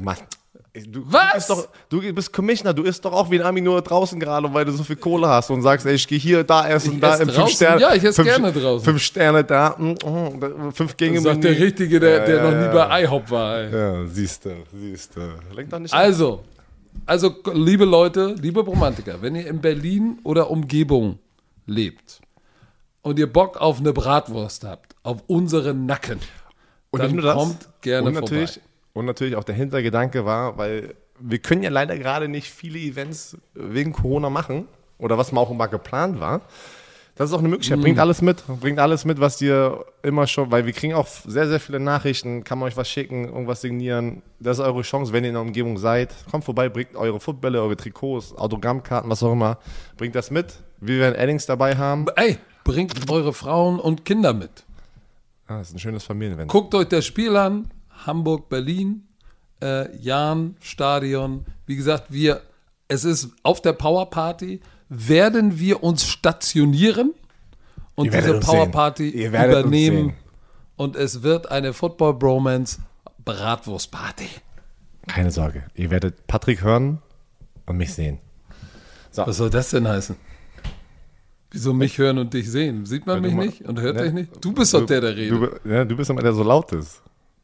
Was? Du bist Commissioner, du isst doch auch wie ein Ami nur draußen gerade, weil du so viel Kohle hast und sagst, ey, ich gehe hier, da essen, da im 5 Sterne. Ja, ich esse gerne draußen. 5 Sterne da, 5 Gänge. Das sagt der Richtige, der noch nie bei IHOP war, ey. Ja, siehst du. Lenk doch nicht Also, liebe Leute, liebe Romantiker, wenn ihr in Berlin oder Umgebung lebt und ihr Bock auf eine Bratwurst habt, auf unseren Nacken, und dann nicht nur das, kommt gerne vorbei. Und natürlich auch der Hintergedanke war, weil wir können ja leider gerade nicht viele Events wegen Corona machen oder was auch mal geplant war. Das ist auch eine Möglichkeit. Bringt alles mit, was ihr immer schon, weil wir kriegen auch sehr, sehr viele Nachrichten, kann man euch was schicken, irgendwas signieren. Das ist eure Chance, wenn ihr in der Umgebung seid. Kommt vorbei, bringt eure Footbälle, eure Trikots, Autogrammkarten, was auch immer. Bringt das mit. Wir werden Eddings dabei haben. Ey, bringt eure Frauen und Kinder mit. Das ist ein schönes Familienevent. Guckt euch das Spiel an. Hamburg, Berlin, Jahn, Stadion. Wie gesagt, es ist auf der Power Party, werden wir uns stationieren und diese Power Party übernehmen. Und es wird eine Football Bromance Bratwurst Party. Keine Sorge, ihr werdet Patrick hören und mich sehen. So. Was soll das denn heißen? Wieso mich hören und dich sehen? Sieht man mich nicht und hört dich nicht? Du bist doch der redet. Du bist immer der so laut ist.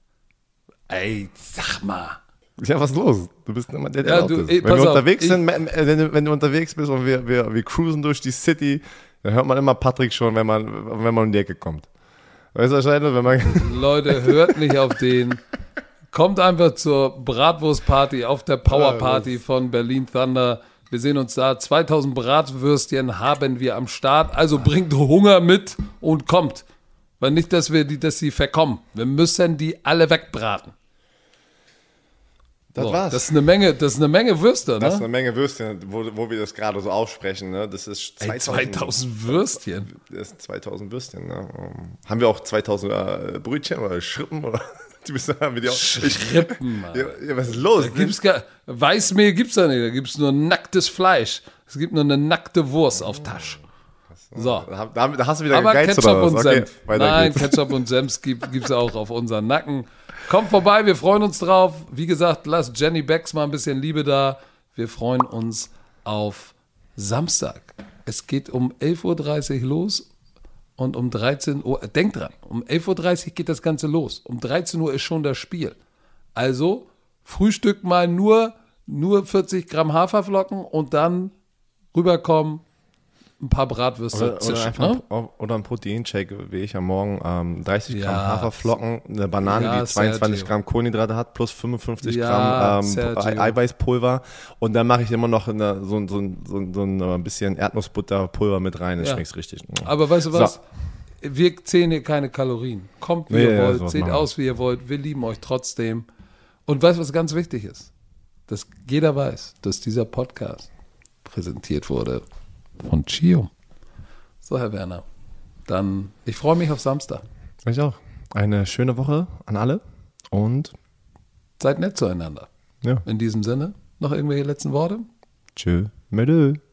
Ey, sag mal. Ja, was ist los? Du bist immer der laut ist. Wenn du unterwegs bist und wir cruisen durch die City, dann hört man immer Patrick schon, wenn man um die Ecke kommt. Weißt du wahrscheinlich, wenn man... Leute, hört nicht auf den. Kommt einfach zur Bratwurst-Party auf der Power-Party von Berlin Thunder. Wir sehen uns da. 2000 Bratwürstchen haben wir am Start. Also bringt Hunger mit und kommt. Weil nicht, dass sie verkommen. Wir müssen die alle wegbraten. Das war's. Das ist eine Menge Würste, ne? Das ist eine Menge Würstchen, wo wir das gerade so aussprechen. Ne? Das ist 2000 Würstchen. Das sind 2000 Würstchen. Ne? Haben wir auch 2000 Brötchen oder Schrippen? Oder? Schrippen, Mann. Ja, was ist los? Weißmehl gibt's da nicht, da gibt's nur nacktes Fleisch. Es gibt nur eine nackte Wurst auf Tasch. So. Da hast du wieder Aber gegeizt, Ketchup oder was? und Okay, Senf. Nein, Ketchup und Senf gibt's auch auf unseren Nacken. Kommt vorbei, wir freuen uns drauf. Wie gesagt, lasst Jenny Becks mal ein bisschen Liebe da. Wir freuen uns auf Samstag. Es geht um 11.30 Uhr los und um 13 Uhr, denkt dran, um 11.30 Uhr geht das Ganze los. Um 13 Uhr ist schon das Spiel. Also Frühstück mal nur 40 Gramm Haferflocken und dann rüberkommen, ein paar Bratwürste zischen. Oder ein Proteinshake, wie ich am Morgen. 30 Gramm Haferflocken, eine Banane, die 22 Gramm Kohlenhydrate hat, plus 55 Gramm Eiweißpulver. Und dann mache ich immer noch so ein bisschen Erdnussbutterpulver mit rein. Das schmeckt richtig. Aber weißt du was? So. Wir zählen hier keine Kalorien. Kommt, wie ihr wollt, seht aus, wie ihr wollt. Wir lieben euch trotzdem. Und weißt du, was ganz wichtig ist? Dass jeder weiß, dass dieser Podcast präsentiert wurde von Chio. So, Herr Werner, dann, ich freue mich auf Samstag. Ich auch. Eine schöne Woche an alle und seid nett zueinander. Ja. In diesem Sinne, noch irgendwelche letzten Worte? Tschö. Medö.